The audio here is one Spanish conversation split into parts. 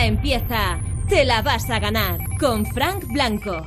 empieza Te la vas a ganar con Frank Blanco.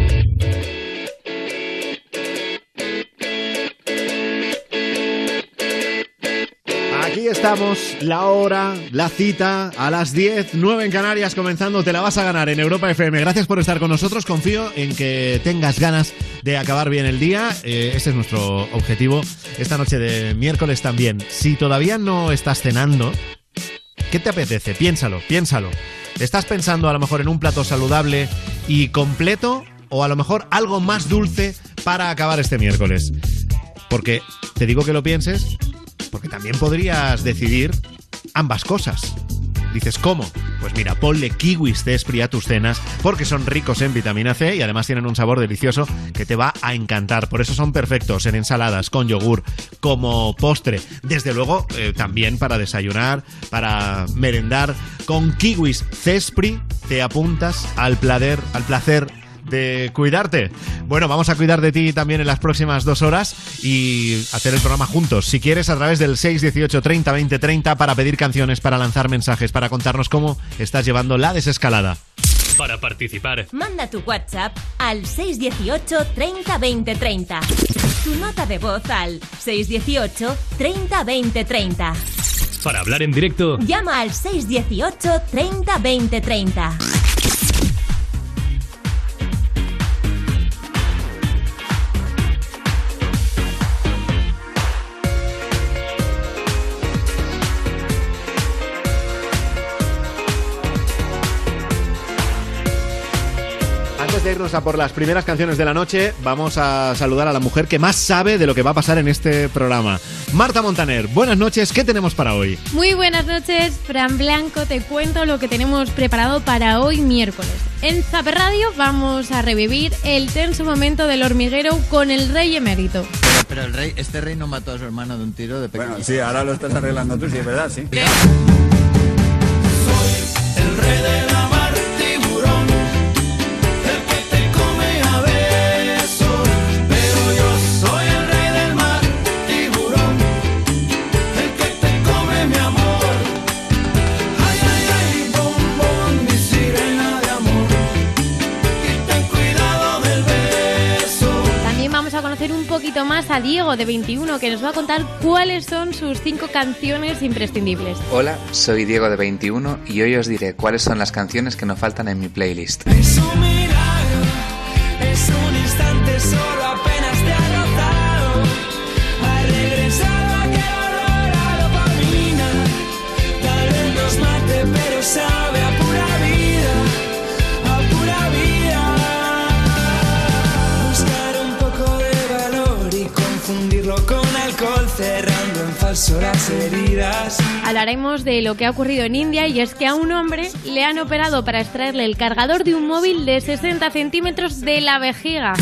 Aquí estamos, la hora, la cita, a las 10, 9 en Canarias, comenzando Te la vas a ganar en Europa FM. Gracias por estar con nosotros, confío en que tengas ganas de acabar bien el día. Ese es nuestro objetivo esta noche de miércoles también. Si todavía no estás cenando, ¿qué te apetece? Piénsalo. ¿Estás pensando a lo mejor en un plato saludable y completo o a lo mejor algo más dulce para acabar este miércoles? Porque te digo que lo pienses, porque también podrías decidir ambas cosas. Dices, ¿cómo? Pues mira, ponle kiwis Zespri a tus cenas porque son ricos en vitamina C y además tienen un sabor delicioso que te va a encantar. Por eso son perfectos en ensaladas, con yogur, como postre. Desde luego, también para desayunar, para merendar. Con kiwis Zespri te apuntas al placer de cuidarte. Bueno, vamos a cuidar de ti también en las próximas 2 horas y hacer el programa juntos. Si quieres, a través del 618 30 20 30 para pedir canciones, para lanzar mensajes, para contarnos cómo estás llevando la desescalada. Para participar, manda tu WhatsApp al 618 30 20 30. Tu nota de voz al 618 30 20 30. Para hablar en directo, llama al 618 30 20 30. Antes de irnos a por las primeras canciones de la noche, vamos a saludar a la mujer que más sabe de lo que va a pasar en este programa. Marta Montaner, buenas noches, ¿qué tenemos para hoy? Muy buenas noches, Fran Blanco, te cuento lo que tenemos preparado para hoy miércoles. En Zaper Radio vamos a revivir el tenso momento del hormiguero con el rey emérito. Pero este rey no mató a su hermano de un tiro de pequeño. Bueno, sí, ahora lo estás arreglando tú, sí, es verdad, sí. Soy el rey de la mar, tiburón, el que te come a besos. Pero yo soy el rey del mar, tiburón, el que te come mi amor. Ay, ay, ay, bombón, mi sirena de amor, y ten cuidado del beso. También vamos a conocer un poquito más a Diego, de 21, que nos va a contar cuáles son sus 5 canciones imprescindibles. Hola, soy Diego de 21 y hoy os diré cuáles son las canciones que no faltan en mi playlist. Es un milagro, es un instante, solo apenas te ha rozado. Ha regresado aquel olor a dopamina. Tal vez nos mate, pero sabe a pura vida, a pura vida. Buscar un poco de valor y confundirlo con alcohol, cerrando en falso las heridas. Hablaremos de lo que ha ocurrido en India, y es que a un hombre le han operado para extraerle el cargador de un móvil de 60 centímetros de la vejiga.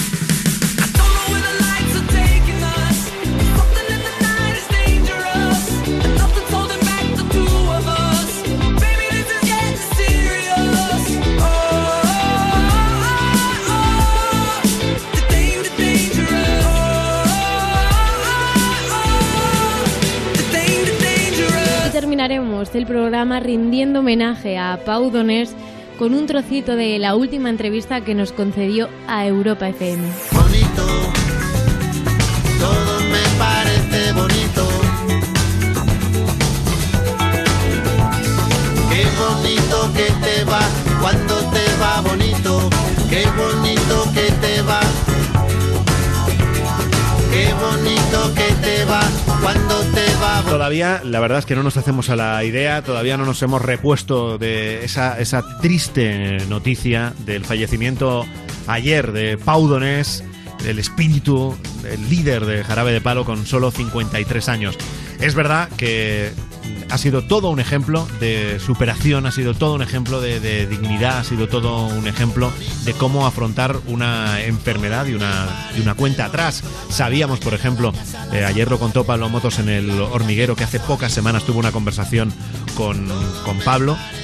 Terminaremos el programa rindiendo homenaje a Pau Donés con un trocito de la última entrevista que nos concedió a Europa FM. Bonito, todo me parece bonito. Qué bonito que te va cuando te va bonito. Qué bonito que te va. Qué bonito que te va cuando te va. Todavía, la verdad es que no nos hacemos a la idea, todavía no nos hemos repuesto de esa triste noticia del fallecimiento ayer de Pau Donés, el espíritu, el líder de Jarabe de Palo, con solo 53 años. Es verdad que ha sido todo un ejemplo de superación, ha sido todo un ejemplo de dignidad, ha sido todo un ejemplo de cómo afrontar una enfermedad y una cuenta atrás. Sabíamos, por ejemplo, ayer lo contó Pablo Motos en El Hormiguero, que hace pocas semanas tuvo una conversación con Pablo,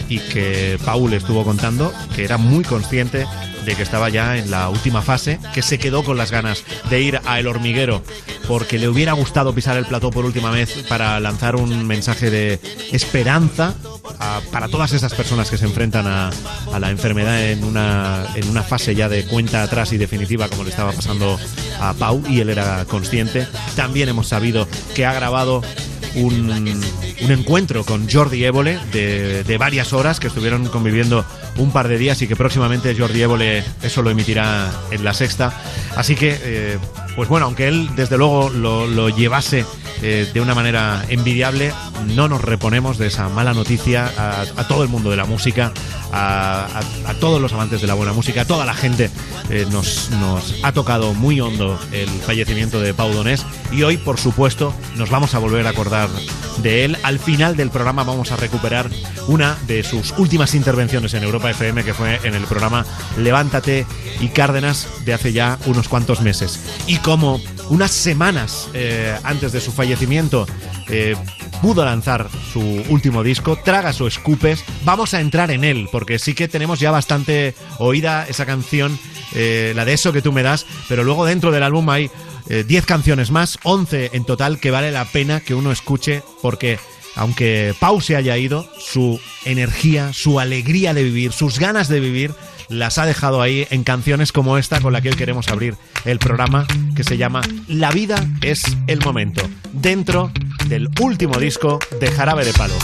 y que Pau le estuvo contando que era muy consciente de que estaba ya en la última fase, que se quedó con las ganas de ir a El Hormiguero porque le hubiera gustado pisar el plató por última vez para lanzar un mensaje de esperanza para todas esas personas que se enfrentan a la enfermedad en una fase ya de cuenta atrás y definitiva, como le estaba pasando a Pau, y él era consciente. También hemos sabido que ha grabado un encuentro con Jordi Évole de varias horas, que estuvieron conviviendo un par de días, y que próximamente Jordi Évole eso lo emitirá en La Sexta. Así que, pues bueno, aunque él desde luego lo llevase de una manera envidiable, no nos reponemos de esa mala noticia a todo el mundo de la música, a todos los amantes de la buena música, a toda la gente. Nos ha tocado muy hondo el fallecimiento de Pau Donés, y hoy, por supuesto, nos vamos a volver a acordar de él. Al final del programa vamos a recuperar una de sus últimas intervenciones en Europa FM, que fue en el programa Levántate y Cárdenas de hace ya unos cuantos meses. Y como unas semanas antes de su fallecimiento pudo lanzar su último disco, Tragas o Escupes, vamos a entrar en él, porque sí que tenemos ya bastante oída esa canción, la de Eso que tú me das, pero luego dentro del álbum hay 10 canciones más, 11 en total, que vale la pena que uno escuche, porque aunque Pau se haya ido, su energía, su alegría de vivir, sus ganas de vivir, las ha dejado ahí en canciones como esta con la que hoy queremos abrir el programa, que se llama La vida es el momento, dentro del último disco de Jarabe de Palo.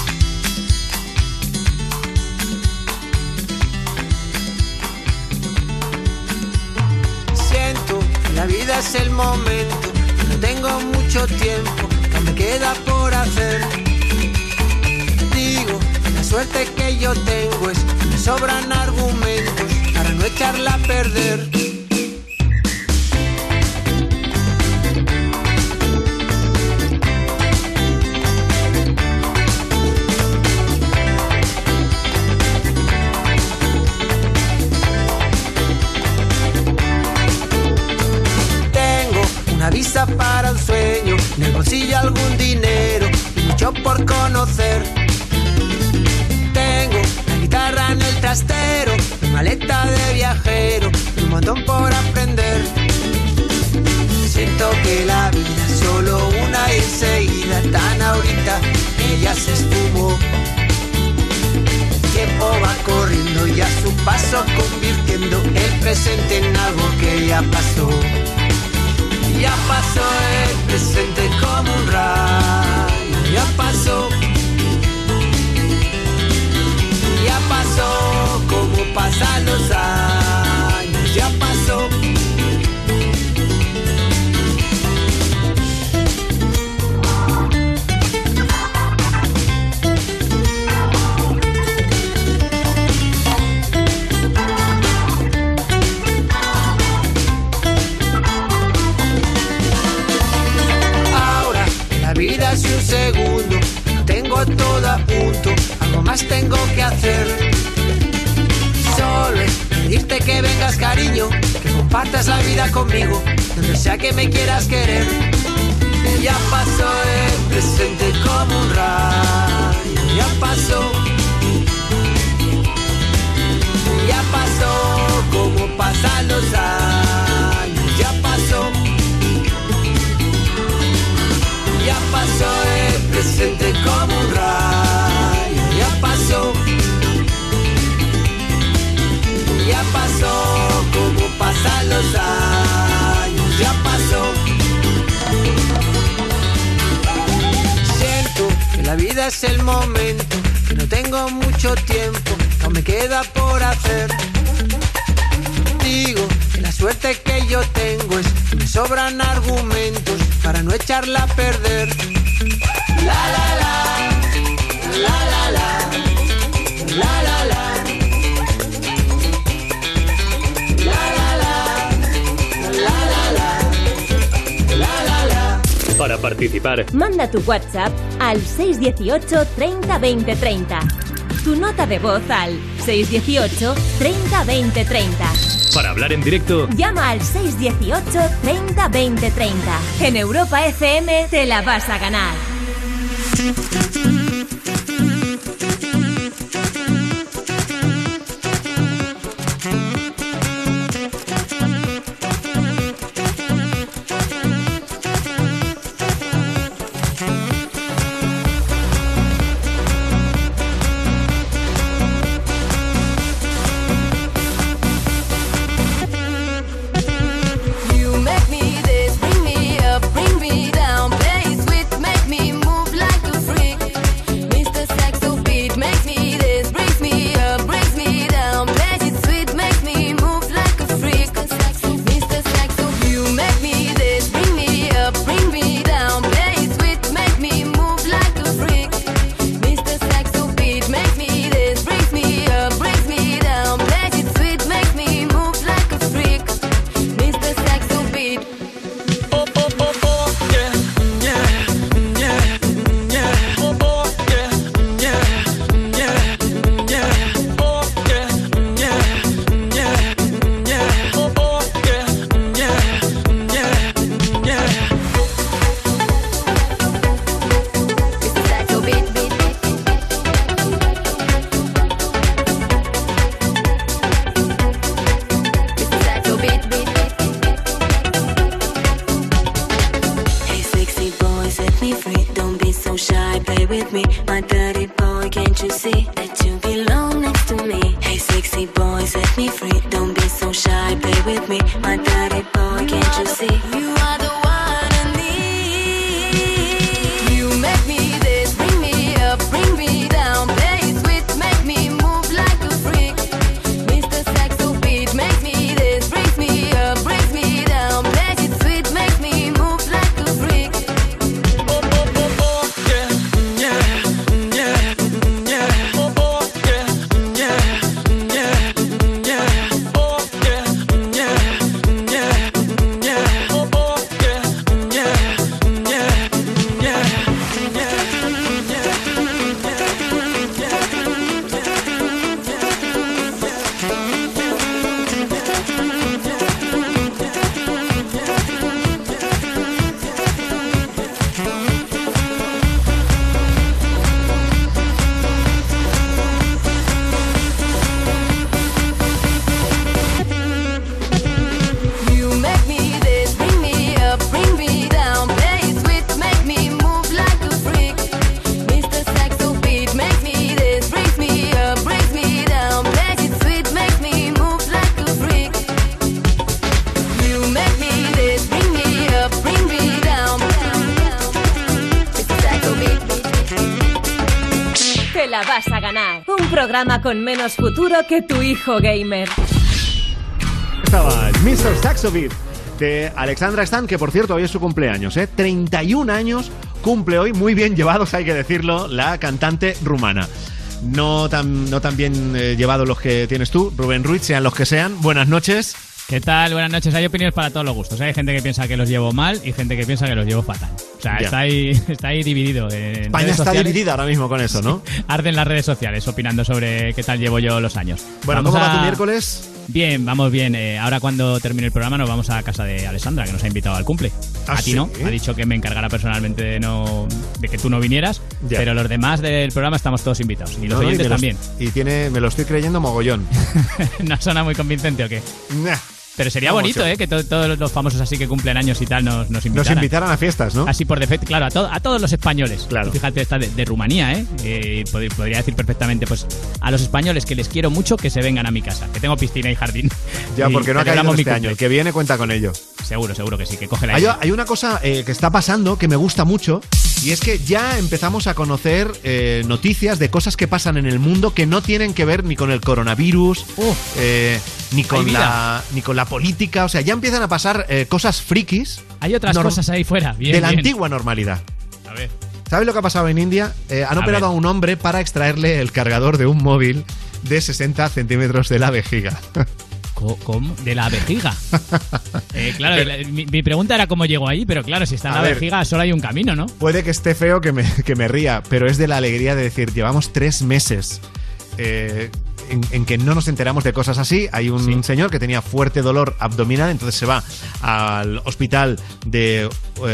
Siento que la vida es el momento, no tengo mucho tiempo, que me queda por hacer. Digo, la suerte que yo tengo es que me sobran argumentos para no echarla a perder. Tengo una visa para un sueño, en el bolsillo algún dinero y mucho por conocer. Tengo la guitarra en el trastero, mi maleta de viajero y un montón por aprender. Siento que la vida es solo una y enseguida, tan ahorita que ya se esfumó. El tiempo va corriendo y a su paso convirtiendo el presente en algo que ya pasó. Ya pasó el presente como un rayo, ya pasó. Ya pasó como pasan los años, ya pasó. Ahora la vida es un segundo, tengo todo a punto, algo más tengo que hacer. Solo es pedirte que vengas, cariño, que compartas la vida conmigo, donde sea que me quieras querer. Ya pasó el presente como un rayo, ya pasó. Ya pasó como pasan los años, ya pasó. Ya pasó el presente como un rayo, ya pasó. Ya pasó como pasan los años, ya pasó. Siento que la vida es el momento, que no tengo mucho tiempo, aún me queda por hacer. Digo que la suerte que yo tengo es que me sobran argumentos para no echarla a perder. La la la, la la la, la la la. Para participar, manda tu WhatsApp al 618 30 20 30. Tu nota de voz al 618 30 20 30. para hablar en directo, llama al 618 30 20 30. En Europa FM te la vas a ganar. be my daddy boy, can't you see? You are the one I need. You make me this, bring me up, bring me down, play it sweet, make me move like a freak. Mr. Saxo beat makes me this, brings me up, brings me down, play it sweet, makes me move like a freak. Oh, oh, oh, oh, yeah, yeah, yeah, yeah, oh, oh, yeah, yeah, yeah, yeah, oh, yeah, yeah, yeah, yeah, oh, oh, yeah, yeah, yeah, You make me this, bring me up, bring me down, play it sweet, make me move like a freak. Mr. Saxo beat makes me this, brings me up, brings me down, play it sweet, makes me move like a freak. You make me this, bring me up, bring me down. Mr. Saxo beat. Te la vas a ganar. Un programa con menos futuro que tu hijo gamer. Estaba el Mr. Saxo Beat de Alexandra Stan, que por cierto hoy es su cumpleaños, 31 años cumple hoy, muy bien llevados, hay que decirlo, la cantante rumana. No tan bien llevados los que tienes tú, Rubén Ruiz, sean los que sean. Buenas noches. ¿Qué tal? Buenas noches. Hay opiniones para todos los gustos. Hay gente que piensa que los llevo mal y gente que piensa que los llevo fatal. O sea, Ya. está ahí dividido. España está dividida ahora mismo con eso, ¿no? Arden las redes sociales opinando sobre qué tal llevo yo los años. Bueno, Vamos ¿cómo va a- tu miércoles? Bien, vamos bien. Ahora cuando termine el programa nos vamos a casa de Alessandra, que nos ha invitado al cumple. ¿Ah, a ti sí? no. Ha dicho que me encargara personalmente de que tú no vinieras, Ya. pero los demás del programa estamos todos invitados. Y los No, no, oyentes me lo- también. Y me lo estoy creyendo mogollón. ¿No suena muy convincente o qué? Nah. Pero sería Vamos, bonito, sí. que todos los famosos así que cumplen años y tal nos invitaran. Nos invitaran a fiestas, ¿no? Así por defecto, claro, a todos los españoles. Claro. Tú fíjate, está de Rumanía, ¿eh? Podría decir perfectamente, pues, a los españoles que les quiero mucho que se vengan a mi casa, que tengo piscina y jardín. Ya, Y porque no ha caído celebramos mi este año. cumple. El que viene cuenta con ello. Seguro que sí, que coge la Hay, idea. hay una cosa que está pasando que me gusta mucho, y es que ya empezamos a conocer noticias de cosas que pasan en el mundo que no tienen que ver ni con el coronavirus, ni con la política. O sea, ya empiezan a pasar cosas frikis. Hay otras cosas ahí fuera, bien, de la bien. antigua normalidad. A ver. ¿Sabes lo que ha pasado en India? Han A operado ver. a un hombre para extraerle el cargador de un móvil de 60 centímetros de la vejiga. ¿Cómo? ¿De la vejiga? Claro, mi pregunta era cómo llegó ahí, pero claro, si está en A la ver. vejiga solo hay un camino, ¿no? Puede que esté feo que me ría, pero es de la alegría de decir, llevamos 3 meses en que no nos enteramos de cosas así. Hay un señor que tenía fuerte dolor abdominal, entonces se va al hospital de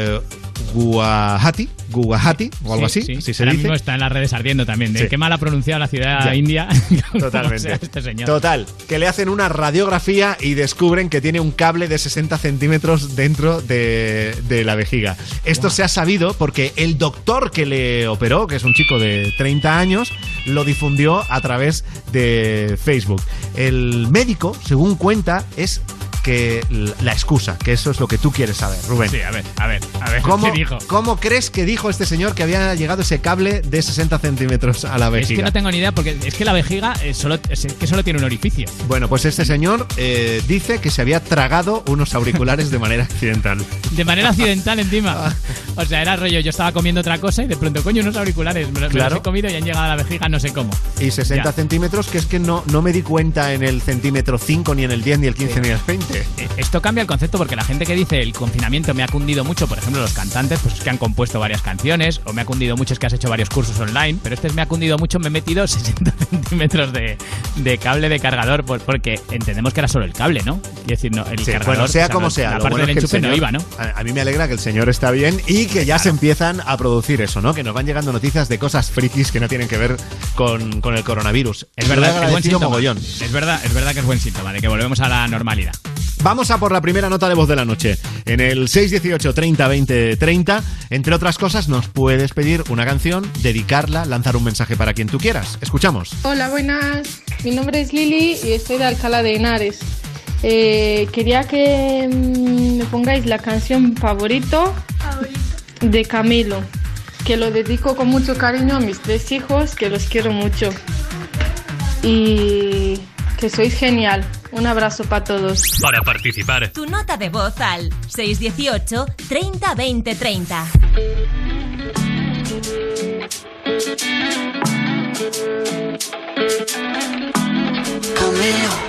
Guwahati o algo así, así se Ahora dice. mismo está en las redes ardiendo también. De Sí. qué mal ha pronunciado la ciudad Ya. india. como Totalmente. sea este señor. Total, que le hacen una radiografía y descubren que tiene un cable de 60 centímetros dentro de la vejiga. Esto se ha sabido porque el doctor que le operó, que es un chico de 30 años, lo difundió a través de Facebook. El médico, según cuenta, es que la excusa, que eso es lo que tú quieres saber, Rubén. Sí, a ver. ¿Cómo, ¿Qué dijo? ¿Cómo crees que dijo este señor que había llegado ese cable de 60 centímetros a la vejiga? Es que no tengo ni idea, porque es que la vejiga solo tiene un orificio. Bueno, pues este señor dice que se había tragado unos auriculares de manera accidental. De manera accidental encima. O sea, era rollo, yo estaba comiendo otra cosa y de pronto, coño, unos auriculares. Me los he comido y han llegado a la vejiga no sé cómo. Y 60 Ya. centímetros, que es que no me di cuenta en el centímetro 5, ni en el 10, ni el 15, ni el 20. Esto cambia el concepto porque la gente que dice el confinamiento me ha cundido mucho, por ejemplo, los cantantes, pues es que han compuesto varias canciones, o me ha cundido mucho es que has hecho varios cursos online, pero me ha cundido mucho, me he metido 60 centímetros de cable de cargador, porque entendemos que era solo el cable, ¿no? Quiero decir, no, el Sí, cargador, bueno, sea o sea, como sea. la lo parte bueno del es que el enchufe no señor- iba, ¿no? A mí me alegra que el señor está bien y que ya se empiezan a producir eso, ¿no? Que nos van llegando noticias de cosas frikis que no tienen que ver con el coronavirus. Es verdad, Lo he es buen agradecido síntoma. mogollón. Es verdad que es buen síntoma, de que volvemos a la normalidad. Vamos a por la primera nota de voz de la noche. En el 618 30 20 30, entre otras cosas, nos puedes pedir una canción, dedicarla, lanzar un mensaje para quien tú quieras. Escuchamos. Hola, buenas. Mi nombre es Lili y estoy de Alcalá de Henares. Quería que me pongáis la canción favorito de Camilo, que lo dedico con mucho cariño a mis 3 hijos, que los quiero mucho. Y que sois genial. Un abrazo para todos. Para participar, Tu nota de voz al 618 30 20 30. Camilo,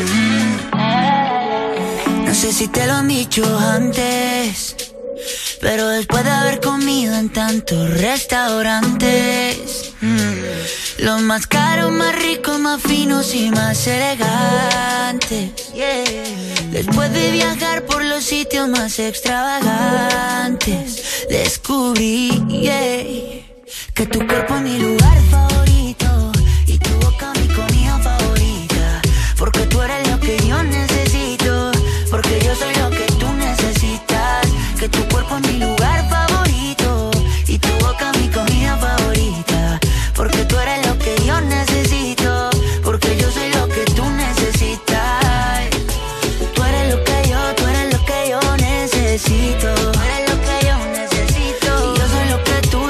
no sé si te lo han dicho antes, pero después de haber comido en tantos restaurantes, los más caros, más ricos, más finos y más elegantes, después de viajar por los sitios más extravagantes, descubrí que tu cuerpo es mi lugar favorito y tu boca mi comida favorita, porque tú eres lo que yo necesito, porque yo soy lo que tú necesitas, que tu cuerpo es mi lugar favorito y tu boca mi comida favorita, porque tú eres lo que yo necesito, porque yo soy lo que tú necesitas, tú eres lo que yo necesito, tú eres lo que yo necesito, y yo soy lo que tú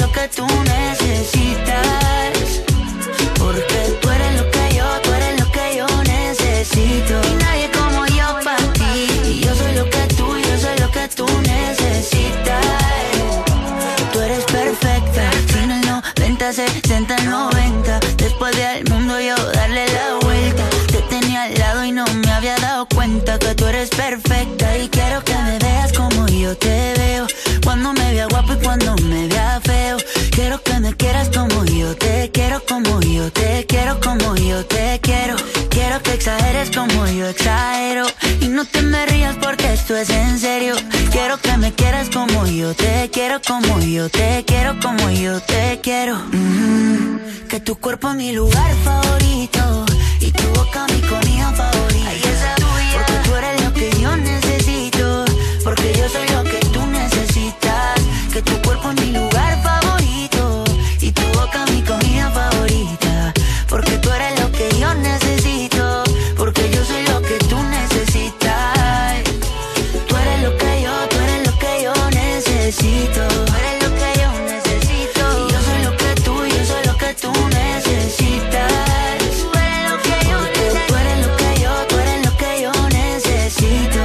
necesitas, porque tú eres lo que yo necesito, y nadie como yo para ti, y yo soy lo que tú necesitas, tú eres perfecta, en el 90, 60, 90, después de al mundo yo darle la vuelta, te tenía al lado y no me había dado cuenta que tú eres perfecta, y quiero que me veas como yo te veo, cuando me vea guapo y cuando me vea feo, quiero que me quieras como yo te quiero, como yo te quiero, como yo te quiero, quiero que exageres como yo exagero, y no te me rías porque esto es en serio, quiero que me quieras como yo te quiero, como yo te quiero, como yo te quiero, que tu cuerpo es mi lugar favorito y tu boca mi comida favorita, porque tú eres lo que yo necesito, porque yo soy lo que tú necesitas, que tu cuerpo es mi lugar favorito y tu boca mi comida favorita, porque tú eres lo que yo necesito, porque yo soy lo que tú necesitas, tú eres lo que yo necesito, tú eres lo que yo necesito, y yo soy lo que tú necesitas, tú eres lo que yo necesito, tú eres lo que yo necesito,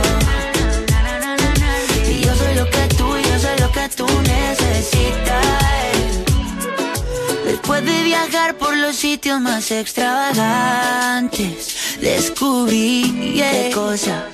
y yo soy lo que tú necesitas, después de viajar por los sitios más extravagantes, descubrí qué cosa,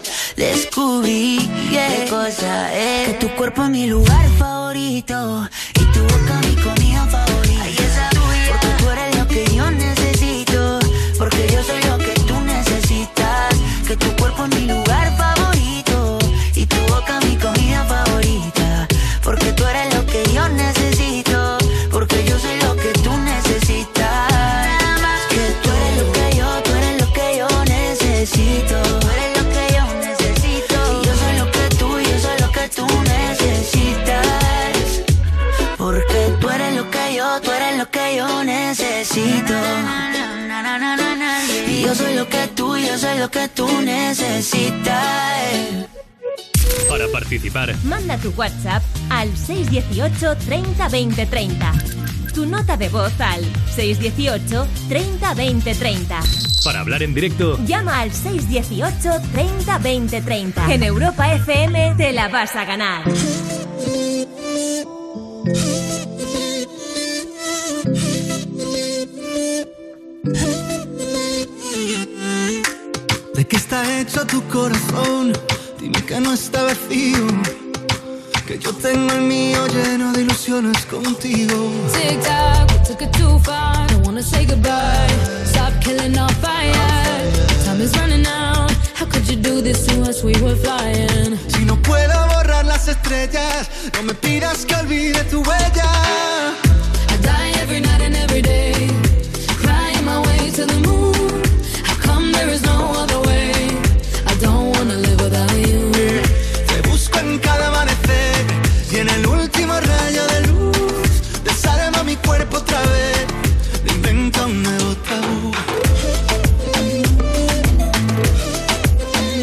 que tu cuerpo es mi lugar favorito y tu boca mi comida favorita, porque tú eres lo que yo necesito, porque yo soy lo que tú necesitas, que tu cuerpo es mi lugar favorito y tu boca mi comida favorita, porque tú eres lo que yo necesito, porque yo soy lo que tú necesitas, que tú eres lo que yo necesito, tú eres lo que yo necesito, y yo soy lo que tú necesitas, porque tú eres lo que yo necesito, y yo soy lo que tú necesitas. Para participar, Manda tu WhatsApp al 618 30 20 30. Tu nota de voz al 618 30 20 30. para hablar en directo, Llama al 618 30 20 30. En Europa FM te la vas a ganar. ¿De qué está hecho tu corazón? Dime que no está vacío, que yo tengo el mío lleno de ilusiones contigo. Tic tac, we took it too far. Don't wanna say goodbye. Stop killing our fire. Time is running out. How could you do this to us? We were flying. Si no puedo borrar las estrellas, no me pidas que olvide tu huella. I die every night and every day, crying my way to the moon. How come there is no other way? I don't wanna live without you. Te busco en cada amanecer y en el último rayo de luz desarma mi cuerpo otra vez, le inventa un nuevo tabú.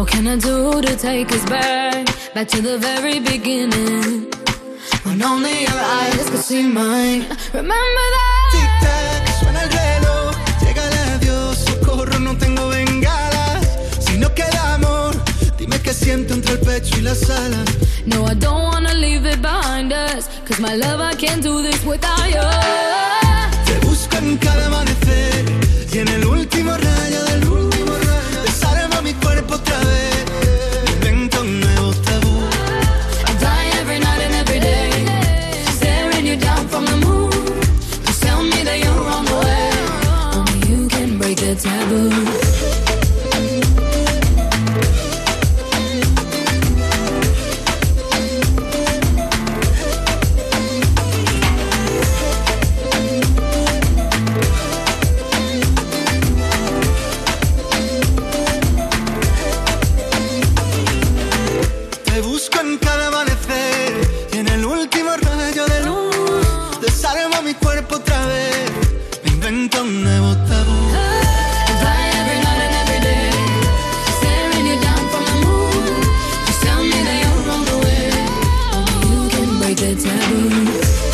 What can I do to take us back to the very beginning? When only your eyes could see mine. Remember that. Tic-tac, suena el reloj, llega el adiós, socorro, no tengo bengalas. Si no queda amor, dime qué siento entre el pecho y las alas. No, I don't wanna leave it behind us, 'cause my love, I can't do this without you. Te busco en cada amanecer y en el último rayo del último rayo desarma mi cuerpo otra vez. Invento un nuevo tabú. I die every night and every day, staring you down from the moon. Just tell me that you're on the way. Only you can break the taboo. Te busco en cada amanecer y en el último rayo de luz desarma mi cuerpo otra vez. Me invento un nuevo tabú. I die every night and every day, staring you down from the moon. Just tell me that you're on the way. Only you can break the taboo.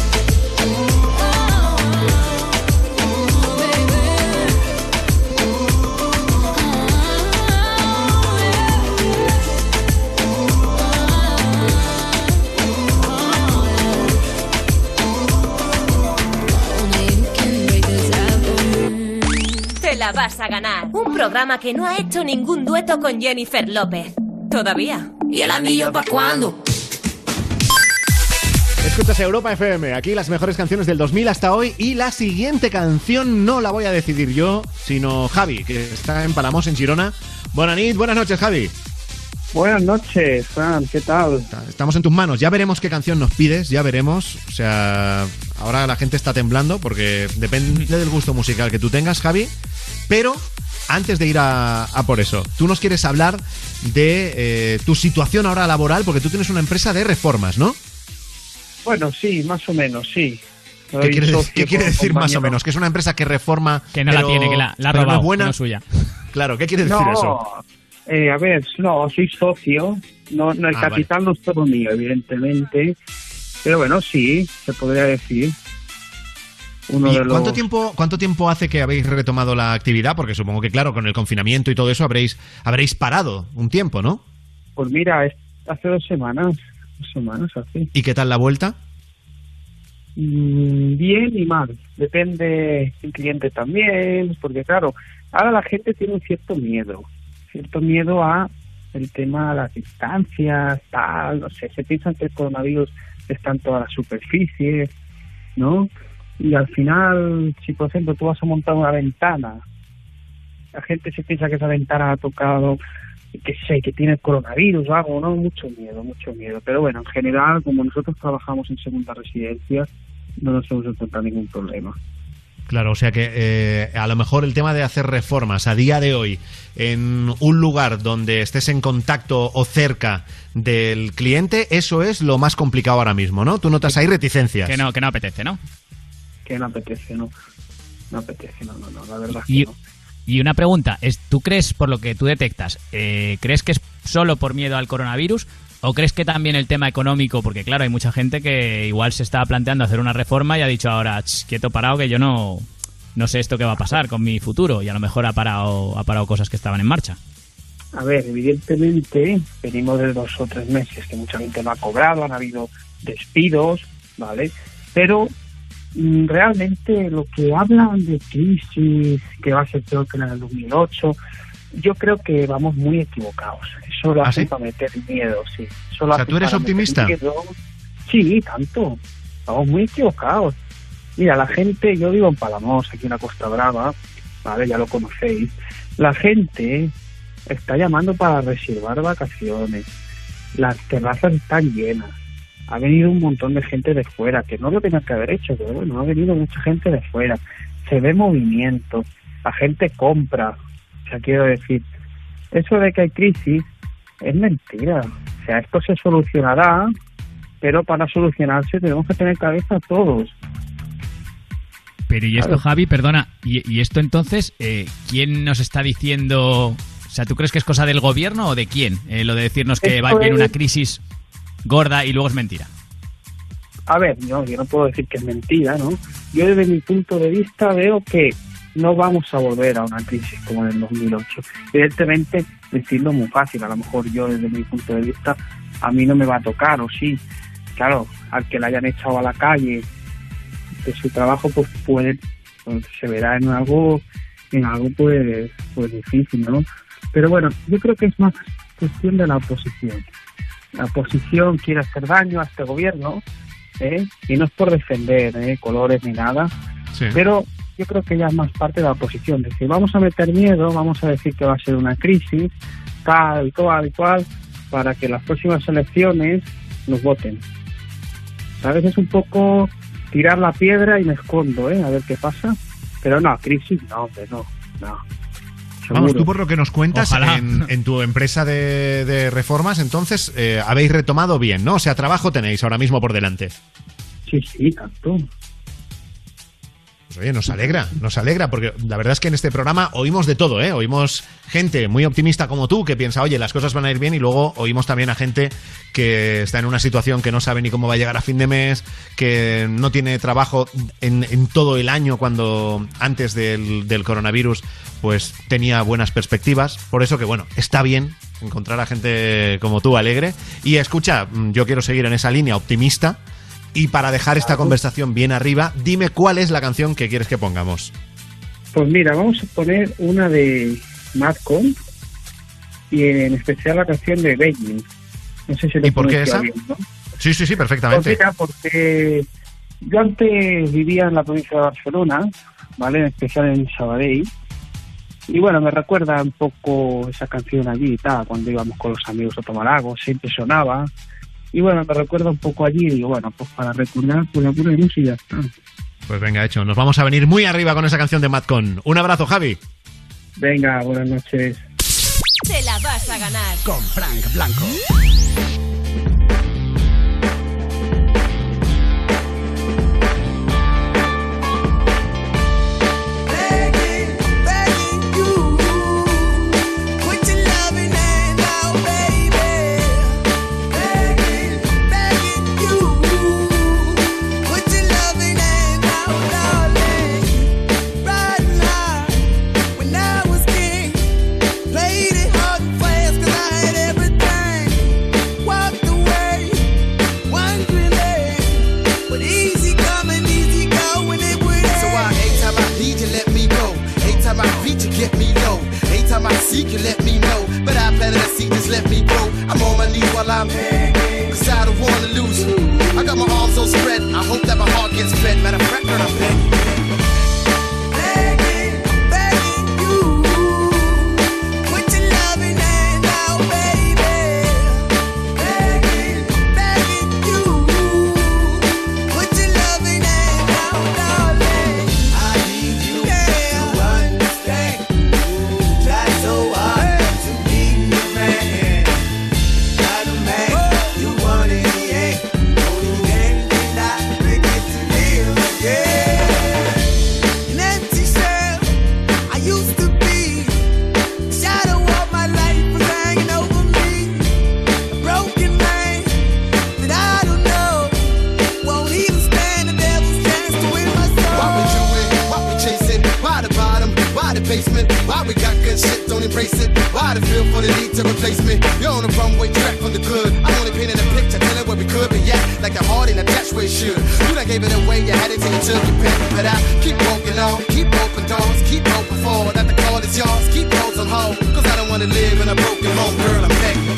Te la vas a ganar. Un programa que no ha hecho ningún dueto con Jennifer López. Todavía. ¿Y el anillo pa' cuándo? Escuchas Europa FM, aquí las mejores canciones del 2000 hasta hoy, y la siguiente canción no la voy a decidir yo, sino Javi, que está en Palamós, en Girona. Buenas noches, Javi. Buenas noches, Fran, ¿qué tal? Estamos en tus manos, ya veremos qué canción nos pides, ya veremos. O sea, ahora la gente está temblando porque depende del gusto musical que tú tengas, Javi. Pero antes de ir a por eso, tú nos quieres hablar de tu situación ahora laboral, porque tú tienes una empresa de reformas, ¿no? Bueno, sí, más o menos, sí. ¿Qué quiere decir más o menos? Que es una empresa que reforma... Que no la tiene, que la ha robado, no es buena. que no es suya. Claro, ¿qué quiere decir eso? A ver, no, soy socio. No, el capital no es todo mío, evidentemente. Pero bueno, sí, se podría decir. ¿Cuánto tiempo hace que habéis retomado la actividad? Porque supongo que, claro, con el confinamiento y todo eso habréis parado un tiempo, ¿no? Pues mira, hace 2 semanas. 2 semanas así. ¿Y qué tal la vuelta? Bien y mal. Depende del cliente también, porque claro, ahora la gente tiene un cierto miedo a el tema de las distancias, tal, no sé, se piensan que el coronavirus está en toda la superficie, ¿no? Y al final, si por ejemplo tú vas a montar una ventana, la gente se piensa que esa ventana ha tocado, que tiene el coronavirus o algo, ¿no? Mucho miedo. Pero bueno, en general, como nosotros trabajamos en segunda residencia, no nos hemos encontrado ningún problema. Claro, o sea que a lo mejor el tema de hacer reformas a día de hoy en un lugar donde estés en contacto o cerca del cliente, eso es lo más complicado ahora mismo, ¿no? Tú notas ahí reticencias. Que no apetece, ¿no? Que no apetece, no. No apetece, no, la verdad y, que no. Y una pregunta, ¿tú crees, por lo que tú detectas, crees que es solo por miedo al coronavirus o crees que también el tema económico, porque claro, hay mucha gente que igual se está planteando hacer una reforma y ha dicho ahora, quieto parado, que yo no sé esto qué va a pasar con mi futuro, y a lo mejor ha parado cosas que estaban en marcha? A ver, evidentemente venimos de 2 o 3 meses que mucha gente no ha cobrado, han habido despidos, ¿vale? Pero realmente lo que hablan de crisis, que va a ser peor que en el 2008, yo creo que vamos muy equivocados. Eso lo hacen para meter miedo, sí. O sea, ¿tú eres optimista? Sí, tanto. Vamos muy equivocados. Mira, la gente, yo vivo en Palamós, aquí en la Costa Brava, vale, ya lo conocéis. La gente está llamando para reservar vacaciones. Las terrazas están llenas. Ha venido un montón de gente de fuera, que no lo tenía que haber hecho, pero bueno, ha venido mucha gente de fuera. Se ve movimiento, la gente compra. O sea, quiero decir, eso de que hay crisis es mentira. O sea, esto se solucionará, pero para solucionarse tenemos que tener cabeza todos. Pero y esto, claro. Javi, perdona, y esto entonces, ¿quién nos está diciendo O sea, ¿tú crees que es cosa del gobierno o de quién? Lo de decirnos que Esto viene una es- crisis gorda y luego es mentira. A ver, yo no puedo decir que es mentira, ¿no? Yo desde mi punto de vista veo que no vamos a volver a una crisis como en el 2008. Evidentemente, decirlo es muy fácil. A lo mejor yo desde mi punto de vista, a mí no me va a tocar, o sí. Claro, al que le hayan echado a la calle de su trabajo, pues se verá en algo pues difícil, ¿no? Pero bueno, yo creo que es más cuestión de la oposición. La oposición quiere hacer daño a este gobierno, y no es por defender colores ni nada, Sí. pero yo creo que ya es más parte de la oposición. Decir, vamos a meter miedo, vamos a decir que va a ser una crisis, tal y cual, para que las próximas elecciones nos voten. ¿Sabes? Es un poco tirar la piedra y me escondo, a ver qué pasa. Pero no, crisis, no, hombre, no. Vamos, Seguro. tú por lo que nos cuentas, Ojalá. en tu empresa de reformas, entonces habéis retomado bien, ¿no? O sea, trabajo tenéis ahora mismo por delante. Sí, tanto. Pues oye, nos alegra, porque la verdad es que en este programa oímos de todo, ¿eh? Oímos gente muy optimista como tú, que piensa, oye, las cosas van a ir bien, y luego oímos también a gente que está en una situación que no sabe ni cómo va a llegar a fin de mes, que no tiene trabajo en todo el año, cuando antes del coronavirus pues tenía buenas perspectivas. Por eso que, bueno, está bien encontrar a gente como tú alegre. Y escucha, yo quiero seguir en esa línea optimista. Y para dejar esta conversación bien arriba, dime cuál es la canción que quieres que pongamos. Pues mira, vamos a poner una de Madcon y en especial la canción de Beijing. No sé si lo ¿Y por qué pronuncio esa? bien, ¿no? Sí, perfectamente. Pues mira, porque yo antes vivía en la provincia de Barcelona, ¿vale? En especial en Sabadell. Y bueno, me recuerda un poco esa canción allí y tal, cuando íbamos con los amigos a tomar algo, siempre sonaba. Y bueno, me recuerda un poco allí y digo, bueno, pues para recordar, pues la ponemos y ya está. Pues venga, hecho. Nos vamos a venir muy arriba con esa canción de Madcon. Un abrazo, Javi. Venga, buenas noches. Te la vas a ganar con Frank Blanco. Anytime I seek you, let me know. But I planted a seed, just let me grow. I'm on my knees while I'm begging, cause I don't wanna lose you. I got my arms so spread, I hope that my heart gets fed. Matter of fact, girl, I'm begging. Why we got good shit, don't embrace it? Why the feel for the need to replace me? You're on the runway track from the good. I'm only painting a picture, telling where we could be at. Like the heart in a touch where it should. You done gave it away, you had it till you took your pick. But I keep walking on, keep open doors, keep open forward. That the call is yours, keep those on hold. Cause I don't wanna live in a broken home, girl, I'm begging.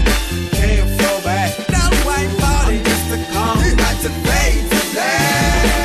Can't fall back. No white body, just a calm. Like to fade to black.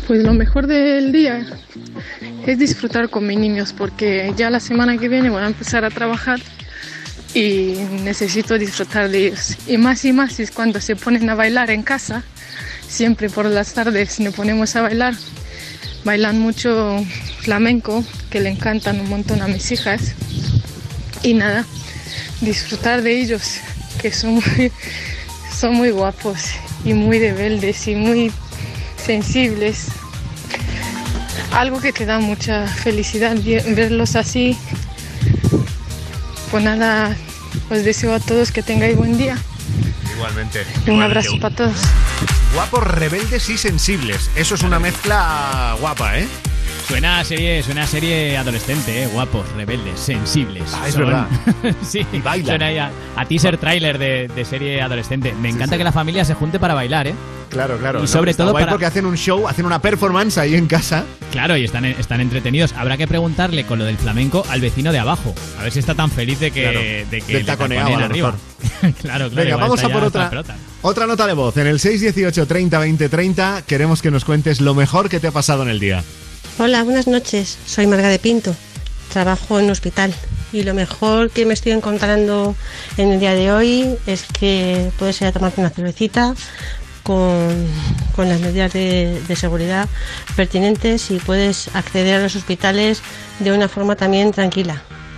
Pues lo mejor del día es disfrutar con mis niños, porque ya la semana que viene voy a empezar a trabajar y necesito disfrutar de ellos. Y más es cuando se ponen a bailar en casa. Siempre por las tardes nos ponemos a bailar. Bailan mucho flamenco, que le encantan un montón a mis hijas. Y nada, disfrutar de ellos, que son muy guapos y muy rebeldes y muy sensibles. Algo que te da mucha felicidad verlos así. Pues nada, os deseo a todos que tengáis buen día. Igualmente. Un abrazo para todos. Guapos, rebeldes y sensibles. Eso es una mezcla guapa, ¿eh? Suena a serie adolescente, guapos, rebeldes, sensibles. Es verdad. Sí, y baila. Suena ya a teaser trailer de serie adolescente. Me encanta que la familia se junte para bailar, ¿eh? Claro. Y sobre todo porque hacen un show, hacen una performance ahí en casa. Claro, y están entretenidos. Habrá que preguntarle con lo del flamenco al vecino de abajo. A ver si está tan feliz de que le taconeen arriba. Claro. Venga, vamos a por otra nota de voz. En el 618 30 20 30 queremos que nos cuentes lo mejor que te ha pasado en el día. Hola, buenas noches. Soy Marga de Pinto. Trabajo en un hospital y lo mejor que me estoy encontrando en el día de hoy es que puedes ir a tomarte una cervecita con las medidas de seguridad pertinentes y puedes acceder a los hospitales de una forma también tranquila.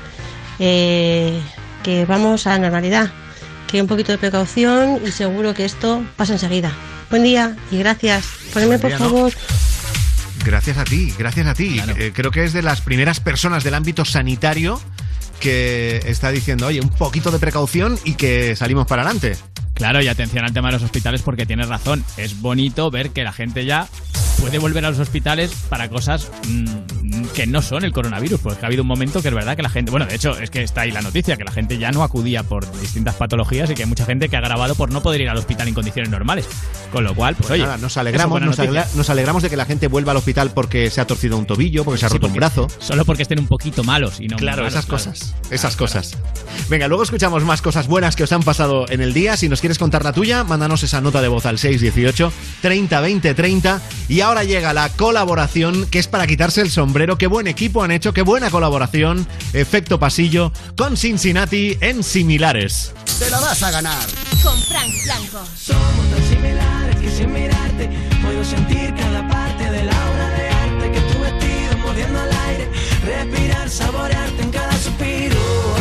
Que vamos a la normalidad, que hay un poquito de precaución y seguro que esto pasa enseguida. Buen día y gracias. Ponedme por favor. Gracias a ti. Claro. Creo que es de las primeras personas del ámbito sanitario que está diciendo, oye, un poquito de precaución y que salimos para adelante. Claro, y atención al tema de los hospitales porque tienes razón. Es bonito ver que la gente ya puede volver a los hospitales para cosas que no son el coronavirus, porque ha habido un momento que es verdad que la gente, bueno, de hecho es que está ahí la noticia, que la gente ya no acudía por distintas patologías y que hay mucha gente que ha grabado por no poder ir al hospital en condiciones normales, con lo cual, pues oye, nada, nos alegramos de que la gente vuelva al hospital porque se ha torcido un tobillo, porque se ha roto un brazo. Solo porque estén un poquito malos y no claro, malos, esas cosas. Venga, luego escuchamos más cosas buenas que os han pasado en el día. Si nos quieres contar la tuya, mándanos esa nota de voz al 618 30 20 30. Y ahora llega la colaboración que es para quitarse el sombrero. Qué buen equipo han hecho, qué buena colaboración. Efecto pasillo con Cincinnati en Similares. Te la vas a ganar. Con Frank Blanco. Somos tan similares que sin mirarte puedo sentir cada parte de la obra de arte que tu vestido mordiendo al aire, respirar, saborearte en cada suspiro.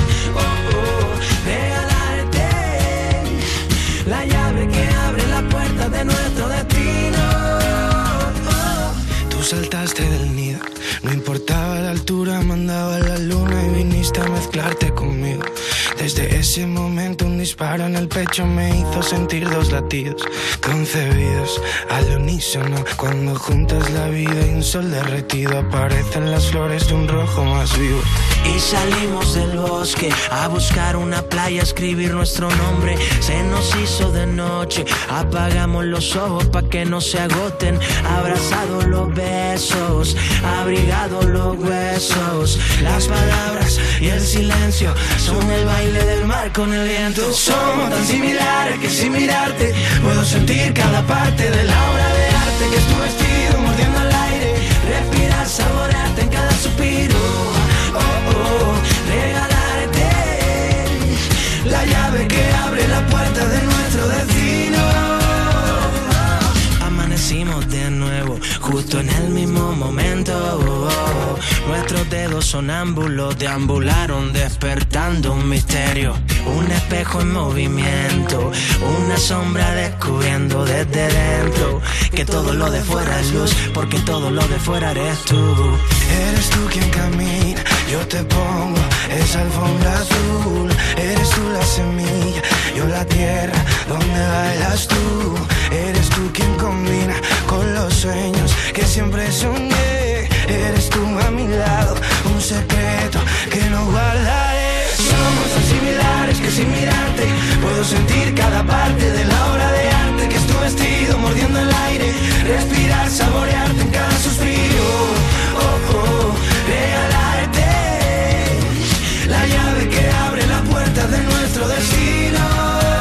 Regalarte la llave que abre la puerta de nuestro destino. Tú saltaste del nido, no importaba la altura, mandaba la luna y viniste a mezclarte conmigo. Desde ese momento un disparo en el pecho me hizo sentir dos latidos concebidos al unísono. Cuando juntas la vida y un sol derretido, aparecen las flores de un rojo más vivo. Y salimos del bosque a buscar una playa, a escribir nuestro nombre. Se nos hizo de noche, apagamos los ojos pa' que no se agoten. Abrazados los besos, abrigados los huesos. Las palabras y el silencio son el baile del mar con el viento. Somos tan similares que sin mirarte puedo sentir cada parte de la obra de arte que es tu vestido mordiendo al aire, respirar, saborearte en cada suspiro. Regalarte la llave que abre la puerta de nuestro destino. Amanecimos de nuevo, justo en el mismo momento. Nuestros dedos sonámbulos deambularon despertando un misterio. Un espejo en movimiento, una sombra descubriendo desde dentro que todo lo de fuera es luz, porque todo lo de fuera eres tú. Eres tú quien camina, yo te pongo esa alfombra azul. Eres tú la semilla, yo la tierra donde bailas tú. Eres tú quien combina con los sueños que siempre soñé. Eres tú a mi lado, un secreto que no guardaré. Somos tan similares que sin mirarte puedo sentir cada parte de la obra de arte que es tu vestido mordiendo el aire, respirar, saborearte en cada suspiro. Regalarte la llave que abre la puerta de nuestro destino.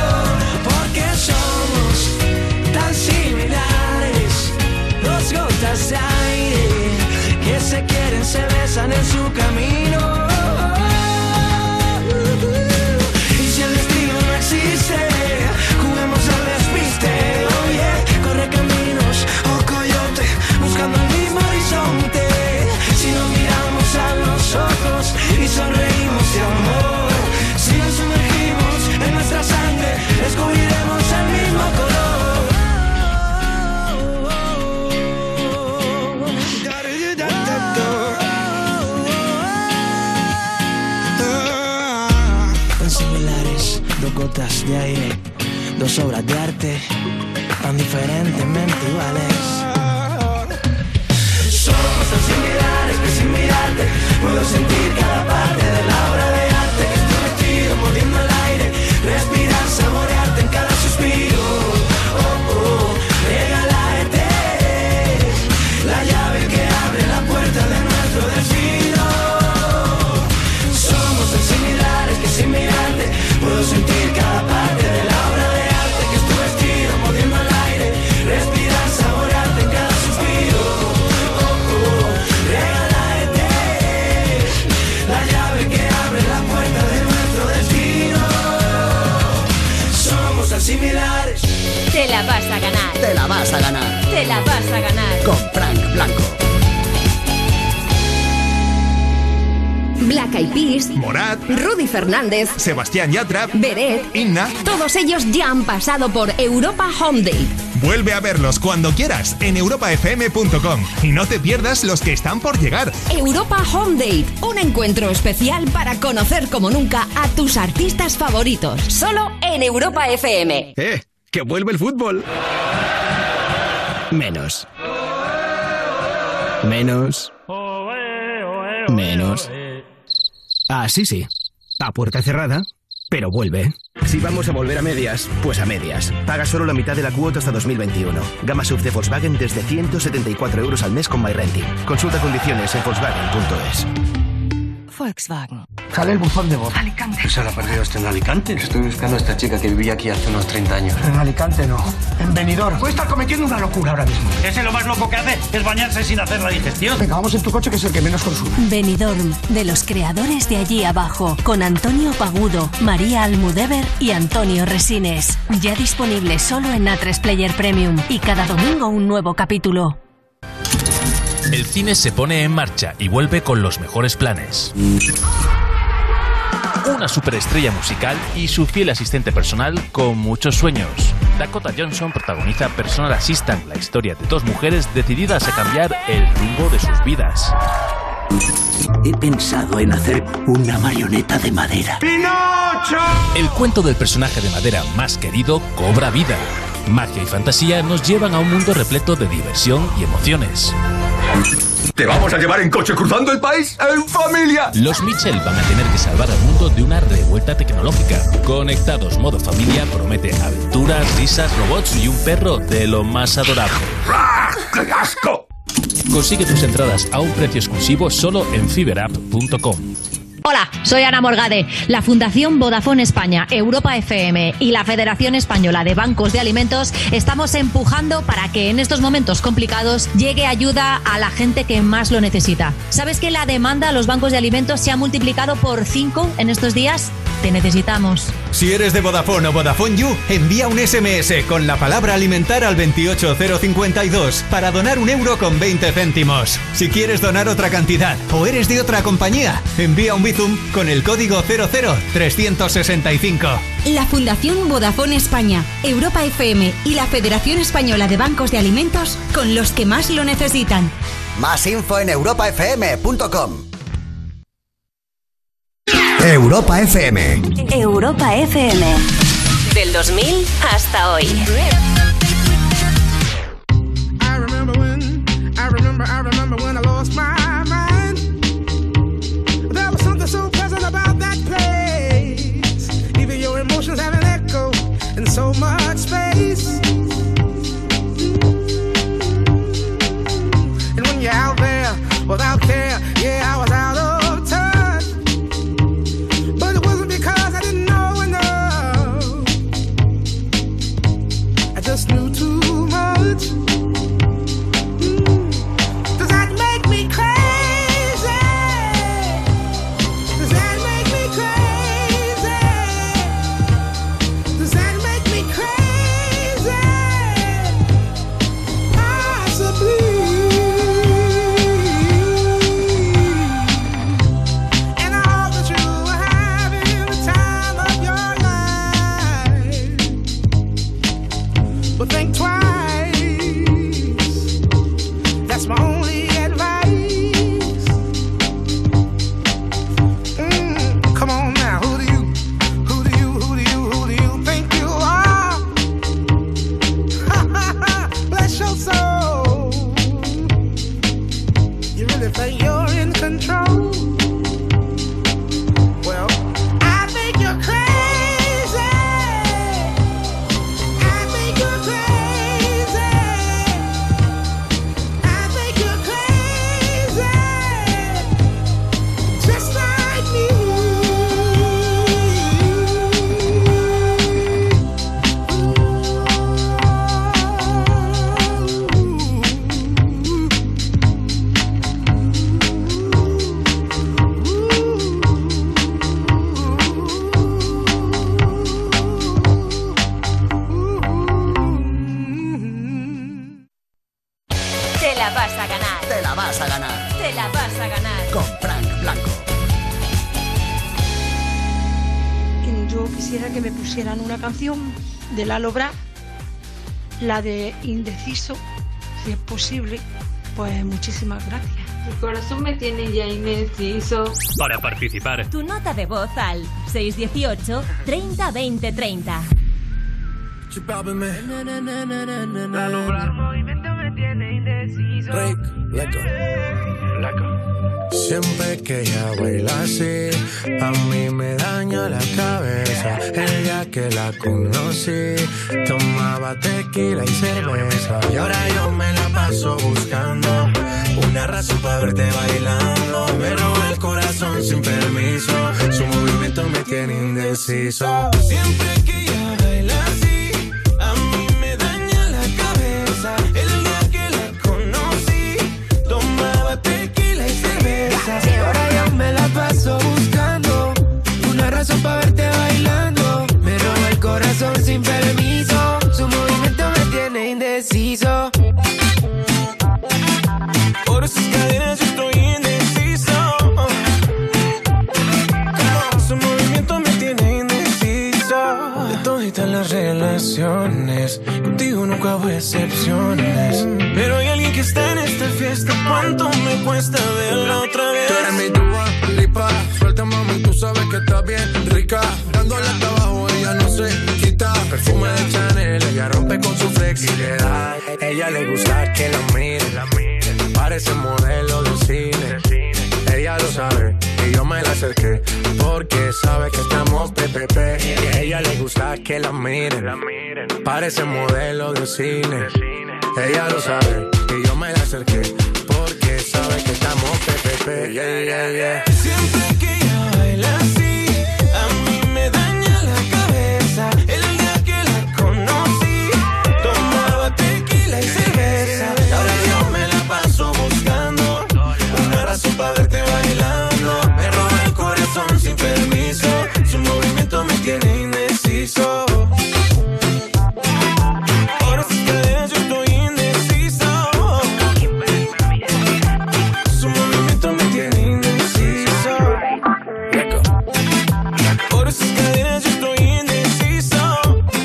Porque somos tan similares, dos gotas gotas de aire que se quieren, se besan en su camino. Y si el destino no existe, juguemos al despiste. Oye, corre caminos, oh coyote, buscando el mismo horizonte. Si nos miramos a los ojos y sonreímos de amor, si nos sumergimos en nuestra sangre, descubriremos el mismo color. Tan similares, dos gotas de aire, dos obras de arte, tan diferentemente iguales. Somos tan similares que sin mirarte puedo sentir cada parte de la obra de arte que estoy vestido, mordiendo el aire, respirar, saborearte en cada suspiro. Oh, oh, regálate la llave que abre la puerta de nuestro destino. Somos tan similares que sin mirarte puedo sentir cada parte de la obra de arte que estoy vestido, mordiendo el aire, respirar, saborearte en cada suspiro. La llave que abre la puerta de nuestro destino. Somos tan similares. Te la vas a ganar. Te la vas a ganar. Te la vas a ganar. Con Frank Blanco. Black Eyed Peas, Morat, Rudy Fernández, Sebastián Yatra, Beret, Inna. Todos ellos ya han pasado por Europa Home Date. Vuelve a verlos cuando quieras en europafm.com y no te pierdas los que están por llegar. Europa Home Date, un encuentro especial para conocer como nunca a tus artistas favoritos. Solo en Europa FM. Que vuelve el fútbol. Menos. Menos. Menos. Ah, sí. A puerta cerrada, pero vuelve. Si vamos a volver a medias, pues a medias. Paga solo la mitad de la cuota hasta 2021. Gama SUV de Volkswagen desde 174 € al mes con MyRenting. Consulta condiciones en Volkswagen.es. Volkswagen. Sale el buzón de voz. Alicante. ¿Se lo ha perdido usted en Alicante? Estoy buscando a esta chica que vivía aquí hace unos 30 años. En Alicante no. En Benidorm. Puede estar cometiendo una locura ahora mismo. Ese lo más loco que hace es bañarse sin hacer la digestión. Venga, vamos en tu coche que es el que menos consume. Benidorm, de los creadores de Allí Abajo, con Antonio Pagudo, María Almudévar y Antonio Resines. Ya disponible solo en A3 Player Premium y cada domingo un nuevo capítulo. El cine se pone en marcha y vuelve con los mejores planes. Una superestrella musical y su fiel asistente personal con muchos sueños. Dakota Johnson protagoniza Personal Assistant, la historia de dos mujeres decididas a cambiar el rumbo de sus vidas. He pensado en hacer una marioneta de madera. ¡Pinocho! El cuento del personaje de madera más querido cobra vida. Magia y fantasía nos llevan a un mundo repleto de diversión y emociones. ¿Te vamos a llevar en coche cruzando el país en familia? Los Mitchell van a tener que salvar al mundo de una revuelta tecnológica. Conectados modo familia promete aventuras, risas, robots y un perro de lo más adorable. ¡Qué asco! Consigue tus entradas a un precio exclusivo solo en fiberapp.com. Hola, soy Ana Morgade. La Fundación Vodafone España, Europa FM y la Federación Española de Bancos de Alimentos estamos empujando para que en estos momentos complicados llegue ayuda a la gente que más lo necesita. ¿Sabes que la demanda a los bancos de alimentos se ha multiplicado por 5 en estos días? Te necesitamos. Si eres de Vodafone o Vodafone You, envía un SMS con la palabra alimentar al 28052 para donar €1,20. Si quieres donar otra cantidad o eres de otra compañía, envía un Bizum con el código 00365. La Fundación Vodafone España, Europa FM y la Federación Española de Bancos de Alimentos con los que más lo necesitan. Más info en europafm.com. Europa FM. Europa FM. Del 2000 hasta hoy. I remember when I lost my mind. There was something so pleasant about that place. Even your emotions have an echo in so much space. And when you're out there without care, yeah, I was out of touch. But it wasn't because I didn't know enough. I just la vas a ganar. Te la vas a ganar. Te la vas a ganar. Con Frank Blanco. Yo quisiera que me pusieran una canción de Lalo Brá, la de Indeciso, si es posible. Pues muchísimas gracias. Mi corazón me tiene ya indeciso. Para participar, Tu nota de voz al 618 30 20 30. Lalo Brá, el movimiento me tiene indeciso. Siempre que ella baila así, a mí me daña la cabeza. El día que la conocí, tomaba tequila y cerveza. Y ahora yo me la paso buscando una razón para verte bailando. Me roba el corazón sin permiso, su movimiento me tiene indeciso. Siempre que ella baila así, a mí me daña la cabeza. El día que la conocí, tomaba tequila y cerveza. Y ahora yo me la paso buscando una razón para verte bailando. Me roba el corazón sin permiso, su movimiento me tiene indeciso. Por sus cadenas yo estoy indeciso. Su movimiento me tiene indeciso. De toditas las relaciones, contigo nunca hubo excepciones. Pero hay alguien que está en esta fiesta. ¿Cuánto me cuesta verla otra vez? Tú eres mi Dua Lipa, suelta mami, tú sabes que está bien rica. Dándole hasta abajo, ella no se quita. Perfume de Chanel, ella rompe con su flexibilidad. Ella le gusta que la miren. Parece modelo de cine. Ella lo sabe y yo me la acerqué porque sabe que estamos PPP. Y a ella le gusta que la miren. Parece modelo de cine. Ella lo sabe y yo me la acerqué porque sabe que estamos PPP. Siempre que ella baila así, a mí me daña la cabeza. El día que la conocí, tomaba tequila y cerveza. Ahora yo me la paso buscando una razón para verte bailando. Me roba el corazón sin permiso, su movimiento me tiene indeciso. Por sus cadenas yo estoy indeciso. Su movimiento me tiene indeciso. Por sus cadenas yo estoy indeciso.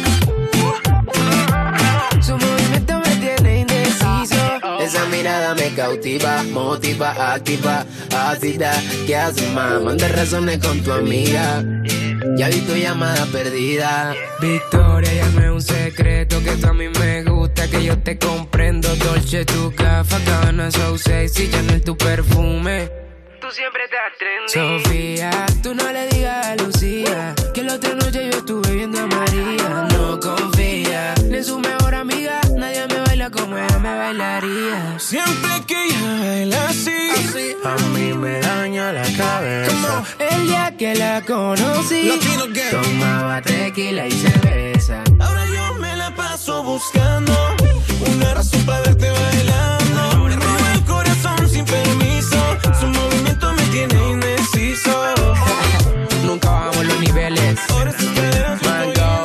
Su movimiento me tiene indeciso. Esa mirada me cautiva, motiva, activa, ácida. ¿Qué haces, más? Manda razones con tu amiga. Ya vi tu llamada perdida. Victoria, ya no es un secreto que tú a mí me gusta, que yo te comprendo. Dolce, tu café, Cabana, so sexy, Chanel, tu perfume. Tú siempre estás trendy. Sofía, tú no le digas a Lucía que la otra noche yo estuve viendo a María. No confía ni en su mejor amiga, nadie me baila como ella me bailaría. Siempre que ella baila así, a mí me daña la cabeza. Como el día que la conocí, tomaba tequila y cerveza. Ahora yo me la paso buscando una razón para verte bailando. Me roba el corazón sin permiso, su movimiento me tiene indeciso. Nunca bajamos los niveles. Mango,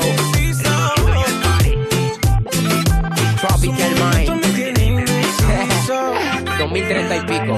Tropical Mind, 2030 y pico.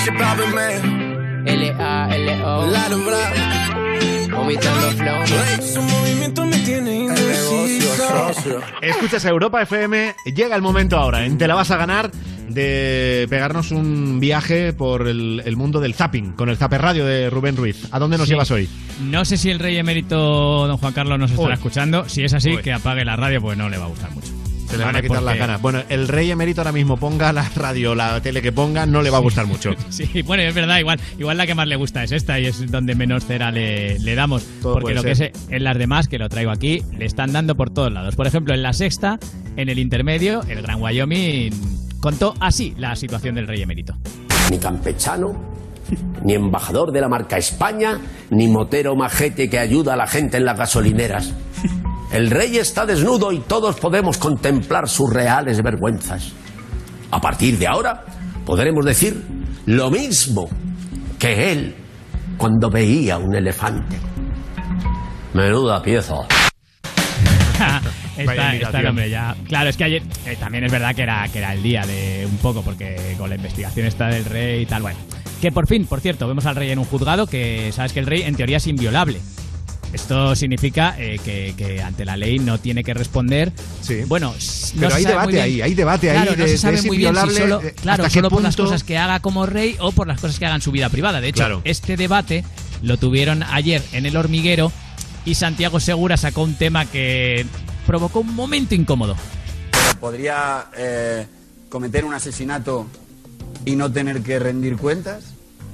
L.A.L.O. Vomitando flow. Su movimiento me tiene indeciso. Escuchas Europa FM, llega el momento ahora, en Te la vas a ganar, de pegarnos un viaje por el mundo del zapping, con el Zapper Radio de Rubén Ruiz. ¿A dónde nos llevas hoy? No sé si el rey emérito don Juan Carlos nos estará escuchando. Si es así, que apague la radio, pues no le va a gustar mucho. Se le van a quitar las ganas. Bueno, el rey emérito ahora mismo ponga la radio, la tele que ponga, no le va a gustar mucho. Sí, bueno, es verdad, igual la que más le gusta es esta y es donde menos cera le damos. Todo porque lo ser. que es en las demás, que lo traigo aquí, le están dando por todos lados. Por ejemplo, en la sexta, en el intermedio, el Gran Wyoming contó así la situación del rey emérito. Ni campechano, ni embajador de la marca España, ni motero majete que ayuda a la gente en las gasolineras. El rey está desnudo y todos podemos contemplar sus reales vergüenzas. A partir de ahora podremos decir lo mismo que él cuando veía un elefante. Menuda pieza. Está el hombre ya. Claro, es que ayer también es verdad que era el día de un poco, porque con la investigación esta del rey y tal, bueno. Que por fin, por cierto, vemos al rey en un juzgado, que sabes que el rey en teoría es inviolable. Esto significa que ante la ley no tiene que responder. Sí. Bueno, pero no hay debate ahí, claro, no se sabe muy bien si solo, solo por las cosas que haga como rey o por las cosas que haga en su vida privada. De hecho, este debate lo tuvieron ayer en El Hormiguero y Santiago Segura sacó un tema que provocó un momento incómodo. ¿Podría cometer un asesinato y no tener que rendir cuentas?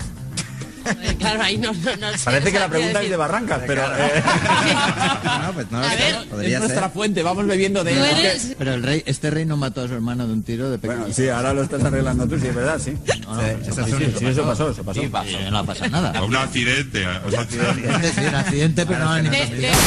Claro, ahí no parece que la pregunta es de Barrancas, pero... No, pues no, a ver, podría es nuestra fuente, vamos bebiendo de él. Pero este rey no mató a su hermano de un tiro de pequeño. Bueno, sí, ahora lo estás arreglando tú, sí, es verdad, sí. Sí, eso pasó. No ha pasado nada. Un accidente. Sí, un accidente, pero no ni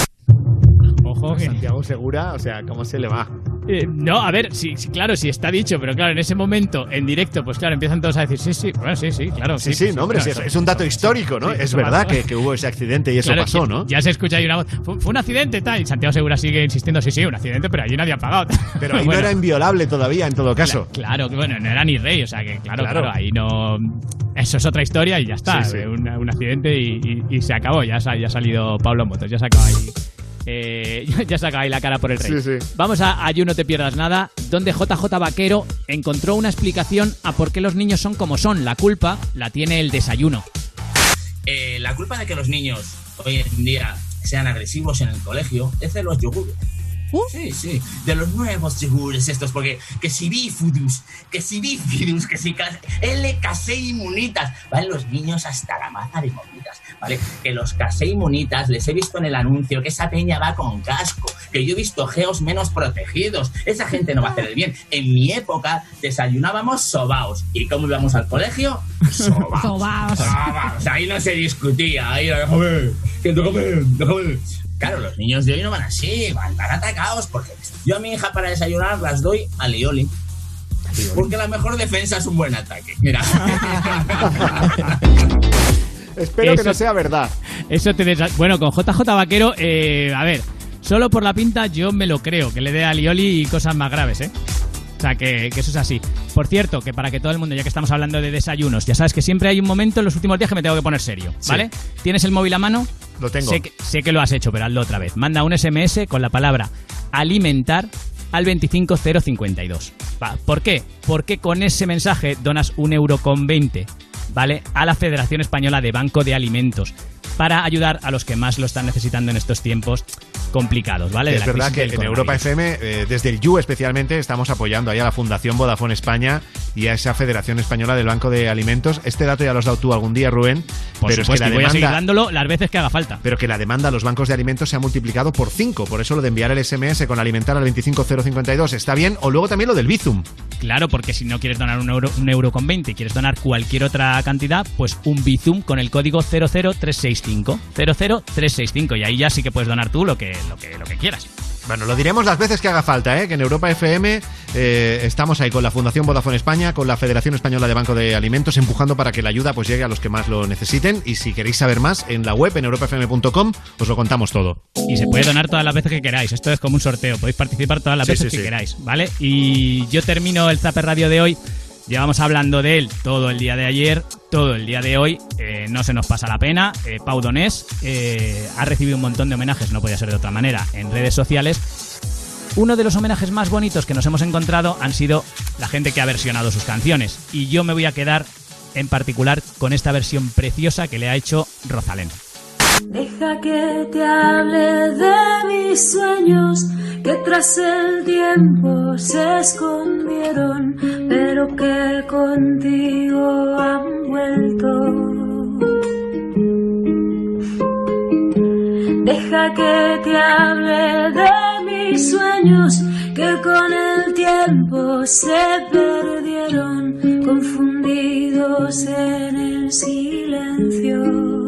Ojo, Santiago Segura, o sea, ¿cómo se le va? No, a ver, sí, claro, sí está dicho, pero claro, en ese momento, en directo, pues claro, empiezan todos a decir, sí, claro. Sí, no, hombre, claro, es un dato histórico, ¿no? Es verdad que hubo ese accidente y eso pasó, ¿no? Ya se escucha ahí una voz, fue un accidente, tal, y Santiago Segura sigue insistiendo, sí, un accidente, pero allí nadie ha pagado. Pero ahí no era inviolable todavía, en todo caso. Claro, bueno, no era ni rey, o sea que claro, ahí no... Eso es otra historia y ya está, Sí. Un accidente y se acabó, ya ha salido Pablo Motos, ya se acaba ahí. Ya saca ahí la cara por el rey. Sí. Vamos a You No Te Pierdas Nada, donde JJ Vaquero encontró una explicación a por qué los niños son como son. La culpa la tiene el desayuno. La culpa de que los niños hoy en día sean agresivos en el colegio es de los yogures. Sí, de los nuevos yogures estos, porque que si bifidus, que si L caseimunitas, ¿vale? Los niños hasta la maza de movidas, ¿vale? Que los caseimunitas les he visto en el anuncio, que esa peña va con casco, que yo he visto geos menos protegidos, esa gente no va a hacer el bien. En mi época desayunábamos sobaos, ¿y cómo íbamos al colegio? Sobaos. Ahí no se discutía, ahí déjame. Claro, los niños de hoy no van así, van atacados, porque yo a mi hija para desayunar las doy a Lioli. Porque la mejor defensa es un buen ataque. Mira. Espero que no sea verdad. Bueno, con JJ Vaquero, a ver, solo por la pinta yo me lo creo, que le dé a Lioli y cosas más graves, ¿eh? O sea, que eso es así. Por cierto, que para que todo el mundo, ya que estamos hablando de desayunos, ya sabes que siempre hay un momento en los últimos días que me tengo que poner serio, ¿vale? Sí. ¿Tienes el móvil a mano? Lo tengo. Sé que lo has hecho, pero hazlo otra vez. Manda un SMS con la palabra alimentar al 25052. ¿Por qué? Porque con ese mensaje donas 1,20 €, ¿vale? A la Federación Española de Banco de Alimentos, para ayudar a los que más lo están necesitando en estos tiempos complicados, ¿vale? Es verdad que en Europa FM, desde el You especialmente, estamos apoyando ahí a la Fundación Vodafone España y a esa Federación Española del Banco de Alimentos. Este dato ya lo has dado tú algún día, Rubén. Pero es que voy a seguir dándolo las veces que haga falta. Pero que la demanda a los bancos de alimentos se ha multiplicado por 5. Por eso lo de enviar el SMS con alimentar al 25052 está bien. O luego también lo del Bizum. Claro, porque si no quieres donar 1,20 € y quieres donar cualquier otra cantidad, pues un Bizum con el código 00365. 00365. Y ahí ya sí que puedes donar tú lo que quieras. Bueno, lo diremos las veces que haga falta, que en Europa FM estamos ahí con la Fundación Vodafone España, con la Federación Española de Banco de Alimentos, empujando para que la ayuda pues llegue a los que más lo necesiten. Y si queréis saber más, en la web, en europafm.com, os lo contamos todo. Y se puede donar todas las veces que queráis. Esto es como un sorteo, podéis participar todas las veces que queráis, ¿vale? Y yo termino el Zaper Radio de hoy. Llevamos hablando de él todo el día de ayer, todo el día de hoy, no se nos pasa la pena. Pau Donés ha recibido un montón de homenajes, no podía ser de otra manera, en redes sociales. Uno de los homenajes más bonitos que nos hemos encontrado han sido la gente que ha versionado sus canciones. Y yo me voy a quedar en particular con esta versión preciosa que le ha hecho Rosalén. Deja que te hable de mis sueños, que tras el tiempo se escondieron, pero que contigo han vuelto. Deja que te hable de mis sueños, que con el tiempo se perdieron, confundidos en el silencio.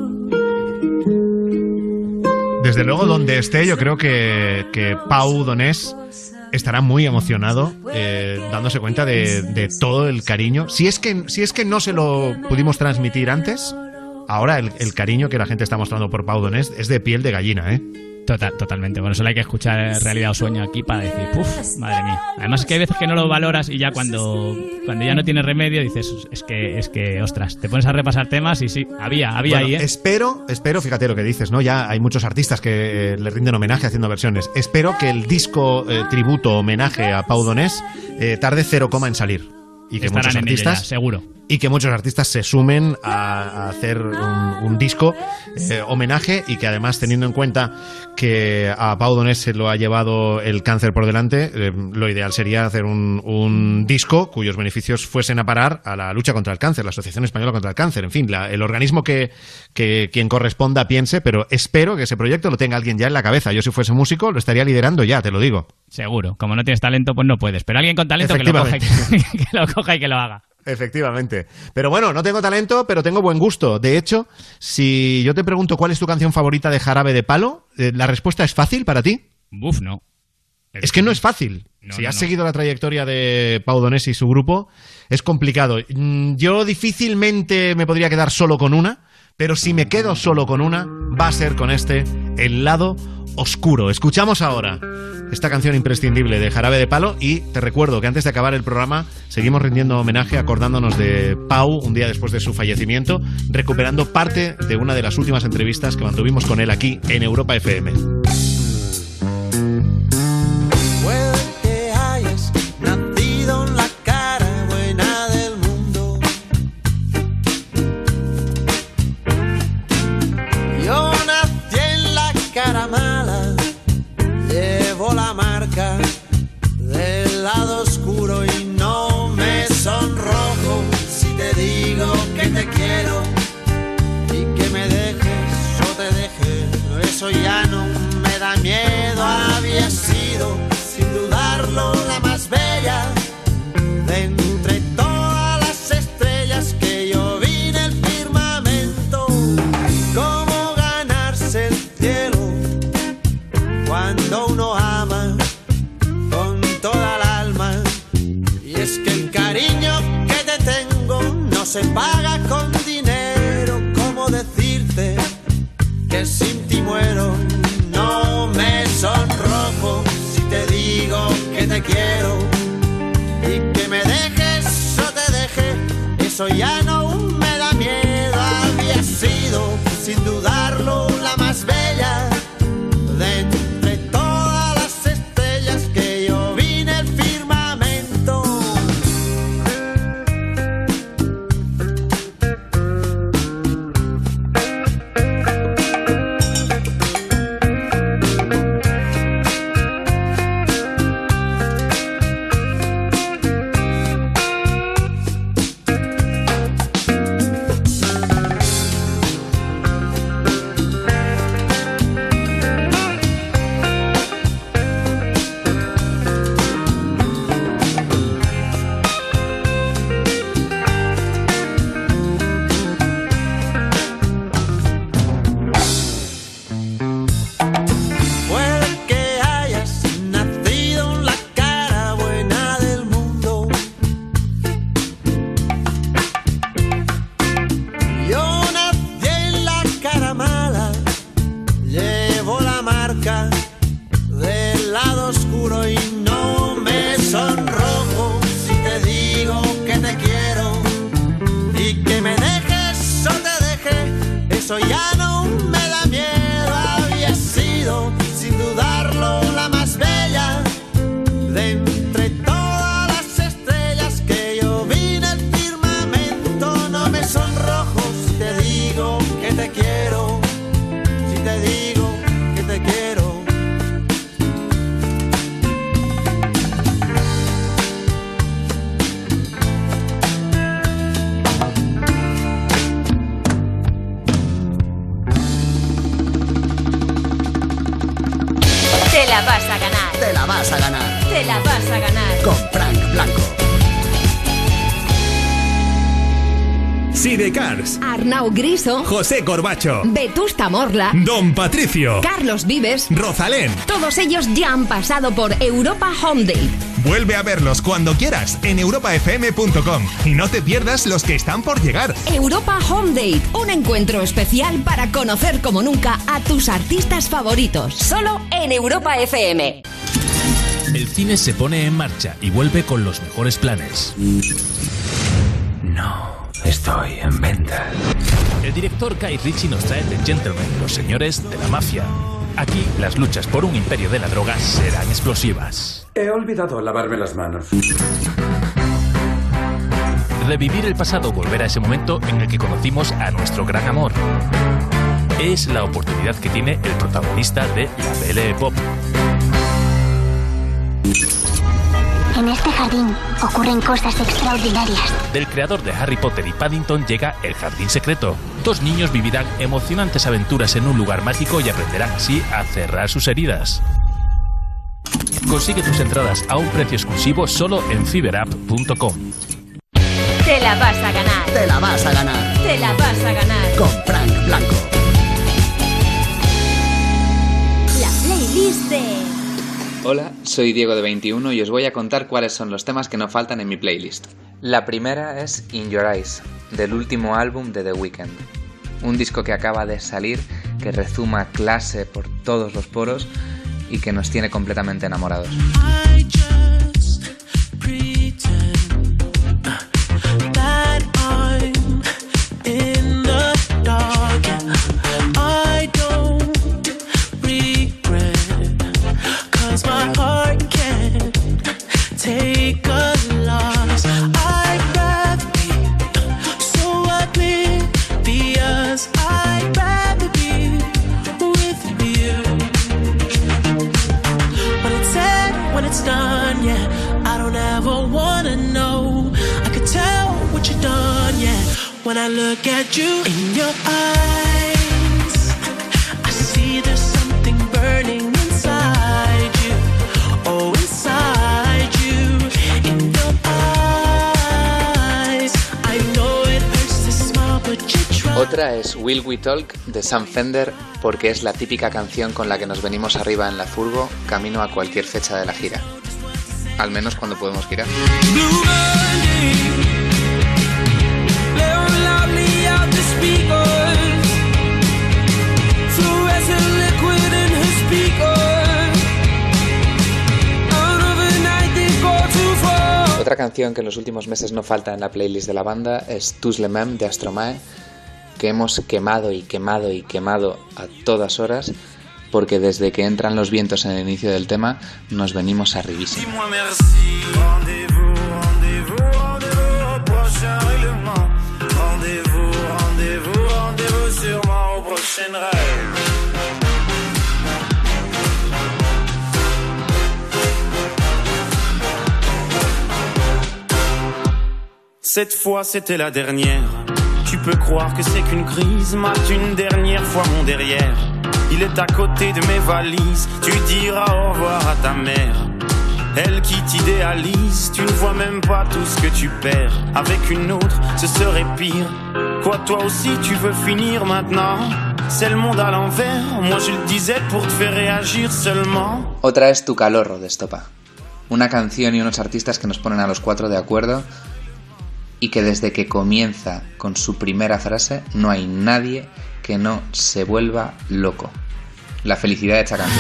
Desde luego, donde esté, yo creo que Pau Donés estará muy emocionado, dándose cuenta de todo el cariño. Si es que no se lo pudimos transmitir antes, ahora el cariño que la gente está mostrando por Pau Donés es de piel de gallina, Totalmente. Bueno, solo hay que escuchar Realidad o Sueño aquí para decir, ¡puf! Madre mía. Además es que hay veces que no lo valoras y ya cuando ya no tienes remedio dices, es que, ostras, te pones a repasar temas y sí, había bueno, ahí, ¿eh? Espero, fíjate lo que dices, ¿no? Ya hay muchos artistas que le rinden homenaje haciendo versiones. Espero que el disco tributo homenaje a Pau Donés tarde 0, en salir. Y que muchos artistas, ya, seguro. Y que muchos artistas se sumen a hacer un disco homenaje, y que además, teniendo en cuenta que a Pau Donés se lo ha llevado el cáncer por delante, lo ideal sería hacer un disco cuyos beneficios fuesen a parar a la lucha contra el cáncer, la Asociación Española contra el Cáncer, en fin, el organismo que quien corresponda piense, pero espero que ese proyecto lo tenga alguien ya en la cabeza. Yo, si fuese músico, lo estaría liderando ya, te lo digo. Seguro. Como no tienes talento, pues no puedes. Pero alguien con talento que lo coja y que lo haga. Efectivamente. Pero bueno, no tengo talento, pero tengo buen gusto. De hecho, si yo te pregunto cuál es tu canción favorita de Jarabe de Palo, ¿la respuesta es fácil para ti? Buf, no. Es que no es fácil. Si has seguido la trayectoria de Pau Donés y su grupo, es complicado. Yo difícilmente me podría quedar solo con una, pero si me quedo solo con una, va a ser con El lado oscuro. Escuchamos ahora esta canción imprescindible de Jarabe de Palo, y te recuerdo que antes de acabar el programa seguimos rindiendo homenaje, acordándonos de Pau un día después de su fallecimiento, recuperando parte de una de las últimas entrevistas que mantuvimos con él aquí en Europa FM. Puede que hayas nacido en la cara buena del mundo. Yo nací en la cara mala. Llevo la marca del lado oscuro y no me sonrojo si te digo que te quiero y que me dejes o te deje. Eso ya no me da miedo. Había sido, sin dudarlo, la más bella de entre todas las estrellas que yo vi en el firmamento. Cómo ganarse el cielo cuando uno ama con toda el alma. Y es que el cariño que te tengo no se paga con dinero. ¿Cómo decirte que sin ti muero? No me sonrojo si te digo que te quiero y que me dejes o te deje. Eso ya no me da miedo. Había sido, sin dudarlo, la más bella de entre todas las estrellas que yo vi en el firmamento. Eso ya no me da miedo. Había sido, sin dudarlo, la más bella de entre todas las estrellas que yo vi en el firmamento. No me sonrojo si te digo que te quiero, si te digo que te quiero. Te la vas a ganar. Te la vas a ganar. Te la vas a ganar. Con Frank Blanco. Sidecars, Arnau Griso, José Corbacho, Vetusta Morla, Don Patricio, Carlos Vives, Rosalén. todos ellos ya han pasado por Europa Home Day. Vuelve a verlos cuando quieras en europafm.com y no te pierdas los que están por llegar. Europa Home Date, un encuentro especial para conocer como nunca a tus artistas favoritos. Solo en Europa FM. El cine se pone en marcha y vuelve con los mejores planes. No, estoy en venta. El director Guy Ritchie nos trae The Gentlemen, los señores de la mafia. Aquí, las luchas por un imperio de la droga serán explosivas. He olvidado lavarme las manos. Revivir el pasado, volver a ese momento en el que conocimos a nuestro gran amor. Es la oportunidad que tiene el protagonista de La Belle Époque. En este jardín ocurren cosas extraordinarias. Del creador de Harry Potter y Paddington llega El Jardín Secreto. 2 niños vivirán emocionantes aventuras en un lugar mágico y aprenderán así a cerrar sus heridas. Consigue tus entradas a un precio exclusivo solo en fiberapp.com. Te la vas a ganar. Te la vas a ganar. Te la vas a ganar. Con Frank Blanco. La playlist de... Hola, soy Diego de 21 y os voy a contar cuáles son los temas que no faltan en mi playlist. La primera es In Your Eyes, del último álbum de The Weeknd. Un disco que acaba de salir, que rezuma clase por todos los poros y que nos tiene completamente enamorados. When I look at you in your eyes, I see there's something burning inside you. Oh, inside you, in your eyes. I know it hurts to smile, but you try. Otra es Will We Talk de Sam Fender, porque es la típica canción con la que nos venimos arriba en la furgo camino a cualquier fecha de la gira. Al menos cuando podemos girar. Otra canción que en los últimos meses no falta en la playlist de la banda es Tous les mêmes de Stromae, que hemos quemado y quemado y quemado a todas horas, porque desde que entran los vientos en el inicio del tema nos venimos arribísimo. Cette fois c'était la dernière. Tu peux croire que c'est qu'une crise. Mate une dernière fois mon derrière. Il est à côté de mes valises. Tu diras au revoir à ta mère. Elle qui t'idéalise. Tu ne vois même pas tout ce que tu perds. Avec une autre, ce serait pire. Quoi, toi aussi tu veux finir maintenant? C'est le monde à l'envers. Moi je le disais pour te faire réagir seulement. Otra es Tu Calorro de Estopa. Una canción y unos artistas que nos ponen a los 4 de acuerdo y que desde que comienza con su primera frase no hay nadie que no se vuelva loco. La felicidad de esta canción.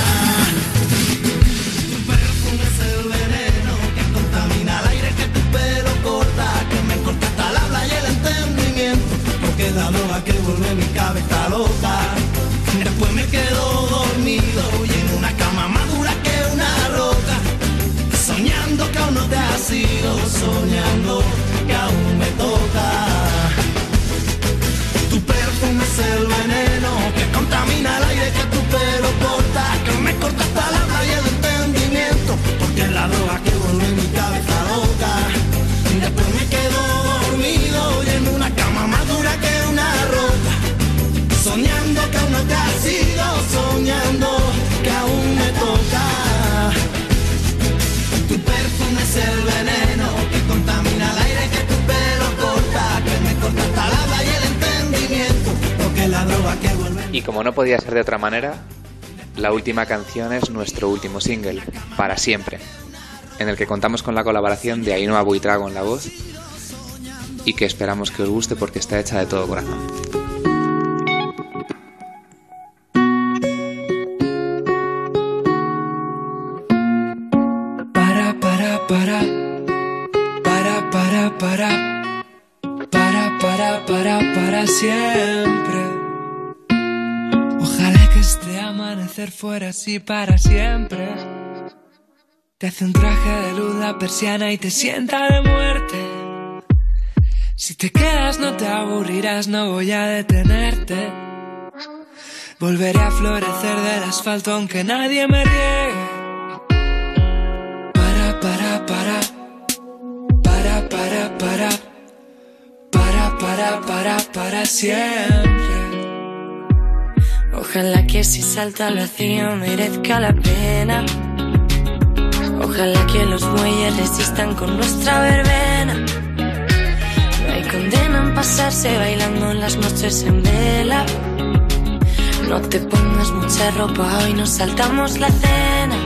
Tu perfume es el veneno que contamina el aire, que tu pelo corta, que me corta hasta el habla y el entendimiento, porque es la droga que vuelve mi cabeza loca. Después me quedo dormido y en una cama más dura que una roca, soñando que aún no te has ido, soñando que aún me toca. Tu perfume es el veneno que contamina el aire, que tu pelo corta, que me corta hasta el habla y el entendimiento, porque es la droga que vuelve mi cabeza loca. Y después me quedo dormido y en una cama más dura que una roca, soñando que aún no te has ido, soñando que aún me toca. Tu perfume es el veneno que contamina el aire, que tu pelo corta, que me corta hasta el habla y el entendimiento, porque es la droga que vuelve. Y como no podía ser de otra manera, la última canción es nuestro último single, Para Siempre. en el que contamos con la colaboración de Ainhoa Buitrago en la voz y que esperamos que os guste porque está hecha de todo corazón. Para siempre. Ojalá que este amanecer fuera así para siempre. Te hace un traje de luz la persiana y te sienta de muerte. Si te quedas no te aburrirás, no voy a detenerte. Volveré a florecer del asfalto aunque nadie me riegue. Para siempre. Ojalá que si salta al vacío merezca la pena. Ojalá que los muelles resistan con nuestra verbena. No hay condena en pasarse bailando en las noches en vela. No te pongas mucha ropa, hoy nos saltamos la cena.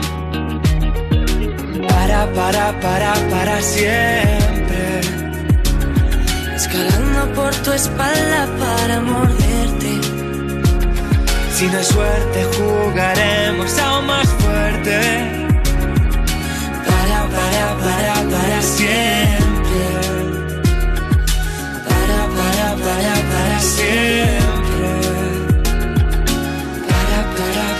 Para siempre. Escalando por tu espalda para morderte. Si no hay suerte jugaremos aún más fuerte. Para siempre. Para siempre. Para.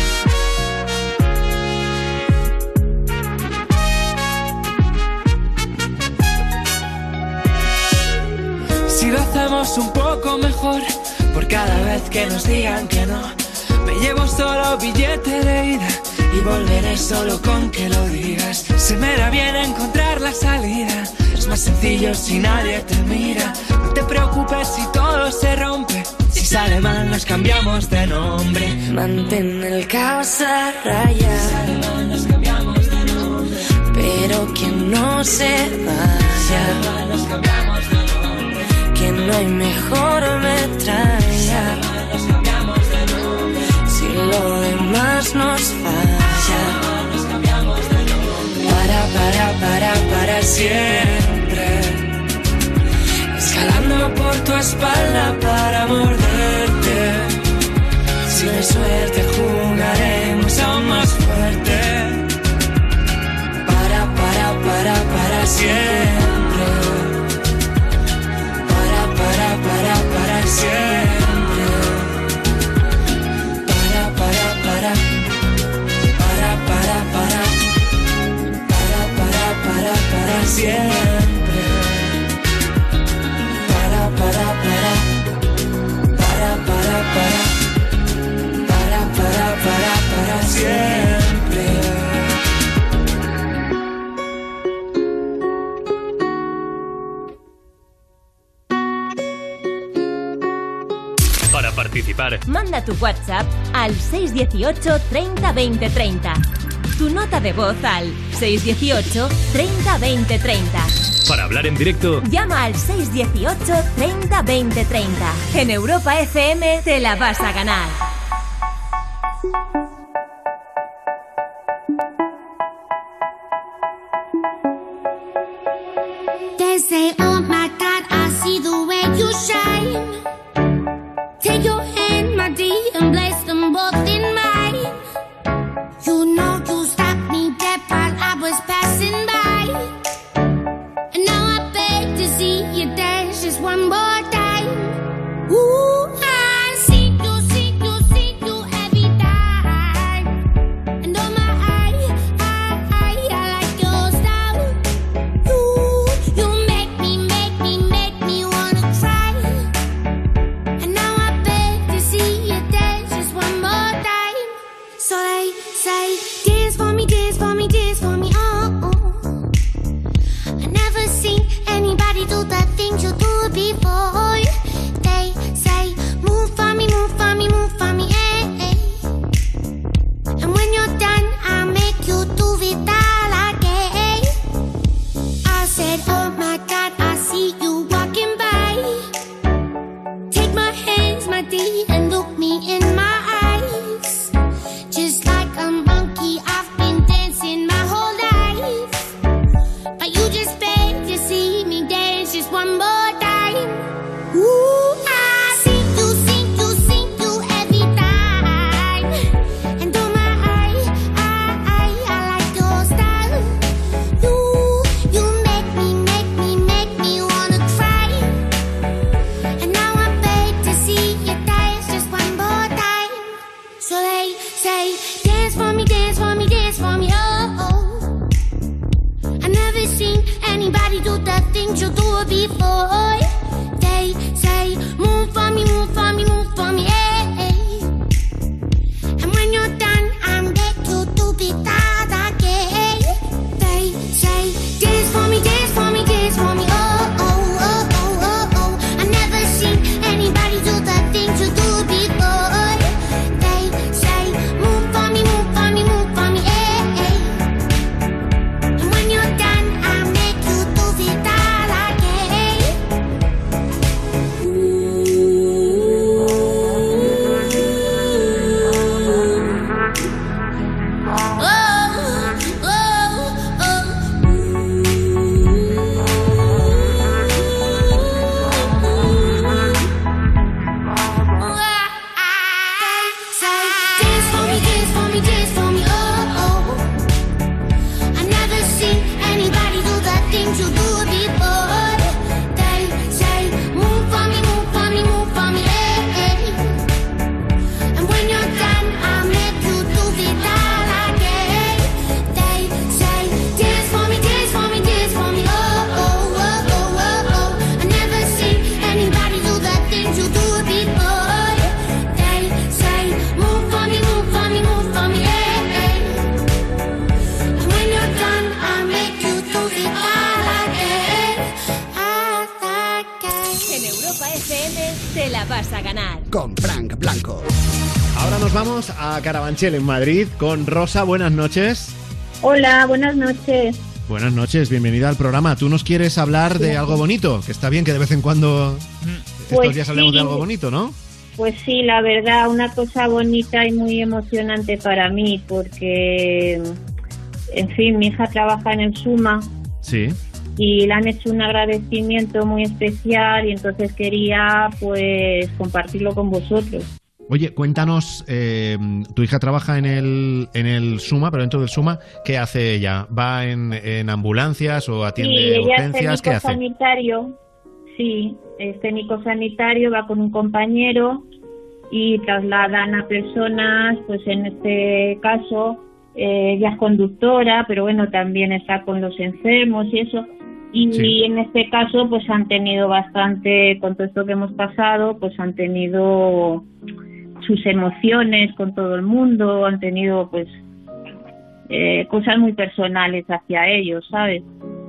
Si lo hacemos un poco mejor, por cada vez que nos digan que no, me llevo solo billete de ida y volveré solo con que lo digas. Se me da bien encontrar la salida, es más sencillo si nadie te mira. No te preocupes si todo se rompe, si sale mal nos cambiamos de nombre. Mantén el caos a raya, si sale mal nos cambiamos de nombre. Pero que no se vaya, si sale mal nos cambiamos de nombre. Que no hay mejor metralla, nos cambiamos de nombre. Si lo demás nos falla, nos cambiamos de nombre. Para siempre. Escalando por tu espalda para morderte. Si no hay suerte jugaremos aún más fuerte. Para siempre. Para siempre. Para siempre. Para siempre. Para participar, manda tu WhatsApp al 618 30 20 30. Tu nota de voz al 618 30 20 30. para hablar en directo, llama al 618 30 20 30. En Europa FM te la vas a ganar. They say, oh my God, I see the way you shine. Take your hand, my dear, and place them both in mine. You know you stopped me dead while I was passing by. And now I beg to see you dance just one more time. Ooh, I see you every time. And oh my, I like your style. You make me wanna cry. And now I beg to see you dance just one more time. So they say, dance for me, dance for me, dance for me, oh. I never seen anybody do the things you do before. They say, before. They say, move for me, move for me, move for me, hey. And when you're done, I beg you to be that again. They say, dance for me, dance for me, dance for me, oh, oh, oh, oh, oh, oh. I never seen anybody do the things you do before. They say, move for me, move for me, move for me, hey, hey. And when you're done, I make you do it all again. Oh, oh, say, dance for me, dance for me, dance for me, oh, oh. I never seen anybody do the things you do before. They say, move for me, move for me, move for me, hey, hey. And when you're done, I'll make you do it all again. They say, dance for me, dance for me, dance for me, oh, oh, oh, oh, oh, oh. I never seen anybody do the things you do before. They say, move for me, move for me, move for me, hey, hey. And when you're done, I'll make you do it all again, all again. En Europa FM te la vas a ganar. Con Frank Blanco. Ahora nos vamos a Carabanchel, en Madrid, con Rosa. Buenas noches. Hola, buenas noches. Buenas noches, bienvenida al programa. Tú nos quieres hablar de algo bonito, que está bien que de vez en cuando estos Pues días hablemos sí. de algo bonito, ¿no? Pues sí, la verdad, una cosa bonita y muy emocionante para mí, porque, en fin, mi hija trabaja en el SUMA Sí. y le han hecho un agradecimiento muy especial y entonces quería, pues, compartirlo con vosotros. Oye, cuéntanos, tu hija trabaja en el SUMA, pero dentro del SUMA, ¿qué hace ella? ¿Va en ambulancias o atiende Sí, ella urgencias? es ¿Qué técnico hace? sanitario, sí, es técnico sanitario, va con un compañero y trasladan a personas, pues en este caso, ella es conductora, pero bueno, también está con los enfermos y eso. Y Sí. en este caso, pues han tenido bastante, con todo esto que hemos pasado, pues han tenido sus emociones con todo el mundo, han tenido pues cosas muy personales hacia ellos, ¿sabes?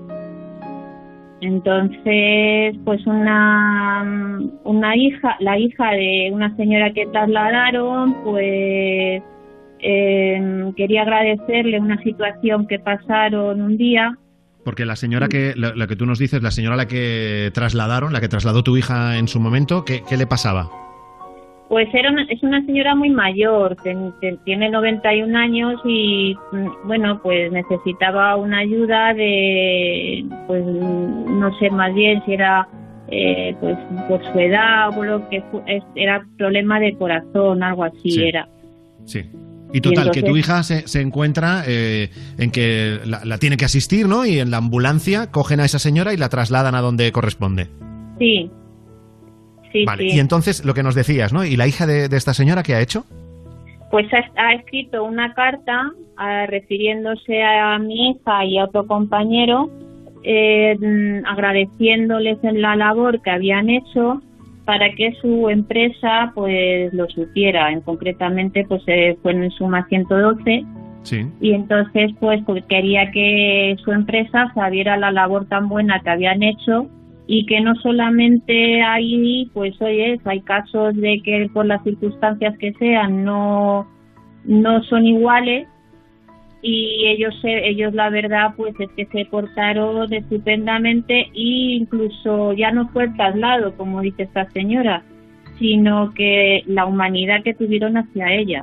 Entonces, pues una hija, la hija de una señora que trasladaron, pues quería agradecerle una situación que pasaron un día. Porque la señora que, la que tú nos dices, la señora a la que trasladaron, la que trasladó tu hija en su momento, ¿qué le pasaba? Pues es una señora muy mayor, tiene 91 años y bueno, pues necesitaba una ayuda de, pues no sé más bien si era pues por su edad o por lo que era problema de corazón, algo así Sí. era. Sí. Y total, entonces- que tu hija se encuentra en que la tiene que asistir, ¿no? Y en la ambulancia cogen a esa señora y la trasladan a donde corresponde. Sí. Sí, Vale, sí. y entonces lo que nos decías, ¿no? ¿Y la hija de esta señora qué ha hecho? Pues ha escrito una carta refiriéndose a mi hija y a otro compañero, agradeciéndoles en la labor que habían hecho para que su empresa pues lo supiera. Concretamente pues fue en el SUMA 112 Sí. y entonces pues quería que su empresa sabiera la labor tan buena que habían hecho y que no solamente hay, pues oye, hay casos de que por las circunstancias que sean no son iguales y ellos la verdad pues es que se portaron estupendamente e incluso ya no fue el traslado, como dice esta señora, sino que la humanidad que tuvieron hacia ella.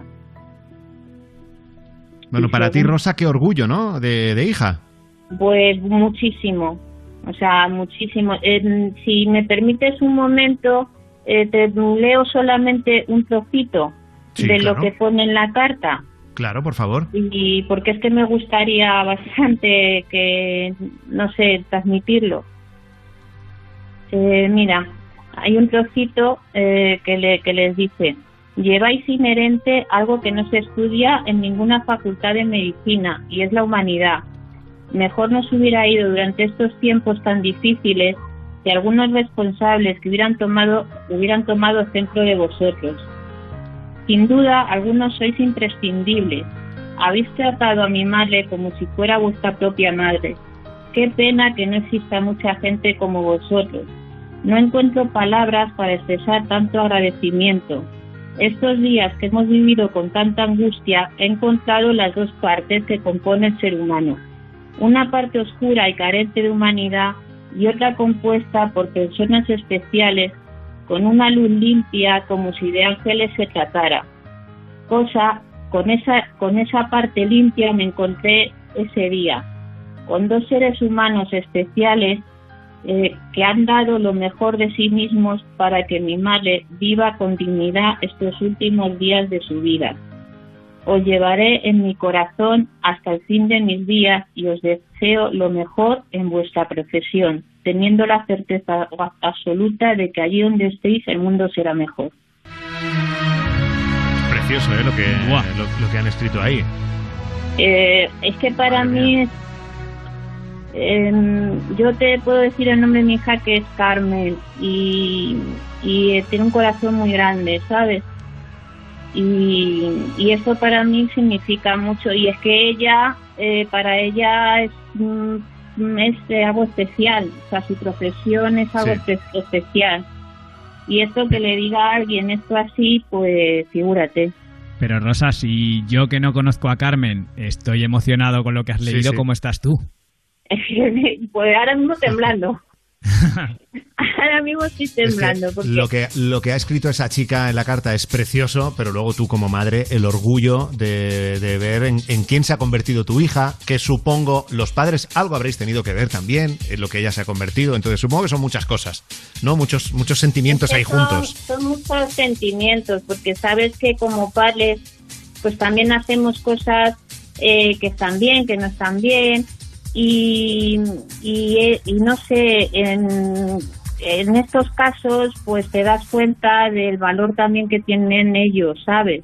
Bueno, para ti, Rosa, qué orgullo, ¿no? De hija. Pues muchísimo, o sea, muchísimo. Si me permites un momento, te leo solamente un trocito Sí, de claro. lo que pone en la carta. Claro, por favor. Y porque es que me gustaría bastante que, no sé, transmitirlo. Mira, hay un trocito que les dice: lleváis inherente algo que no se estudia en ninguna facultad de medicina, y es la humanidad. Mejor nos hubiera ido durante estos tiempos tan difíciles de algunos responsables que hubieran tomado ejemplo de vosotros. Sin duda, algunos sois imprescindibles. Habéis tratado a mi madre como si fuera vuestra propia madre. Qué pena que no exista mucha gente como vosotros. No encuentro palabras para expresar tanto agradecimiento. Estos días que hemos vivido con tanta angustia, he encontrado las dos partes que componen el ser humano. Una parte oscura y carente de humanidad y otra compuesta por personas especiales con una luz limpia como si de ángeles se tratara. Con esa parte limpia me encontré ese día, con dos seres humanos especiales que han dado lo mejor de sí mismos para que mi madre viva con dignidad estos últimos días de su vida. Os llevaré en mi corazón hasta el fin de mis días y os deseo lo mejor en vuestra profesión, teniendo la certeza absoluta de que allí donde estéis el mundo será mejor. Precioso, lo que han escrito ahí. Es que para mí yo te puedo decir el nombre de mi hija, que es Carmen, y tiene un corazón muy grande, ¿sabes? Y eso para mí significa mucho, y es que ella, para ella es algo especial, o sea, su profesión es algo especial, y esto que le diga a alguien esto así, pues figúrate. Pero Rosa, si yo que no conozco a Carmen estoy emocionado con lo que has leído, ¿cómo estás tú? Pues ahora mismo temblando. Ahora mismo estoy temblando. Es que lo que ha escrito esa chica en la carta es precioso, pero luego tú como madre, el orgullo de ver en quién se ha convertido tu hija, que supongo los padres algo habréis tenido que ver también en lo que ella se ha convertido. Entonces supongo que son muchas cosas, ¿no? Muchos sentimientos ahí juntos. Son muchos sentimientos, porque sabes que como padres pues también hacemos cosas que están bien, que no están bien. Y no sé, en estos casos pues te das cuenta del valor también que tienen ellos, ¿sabes?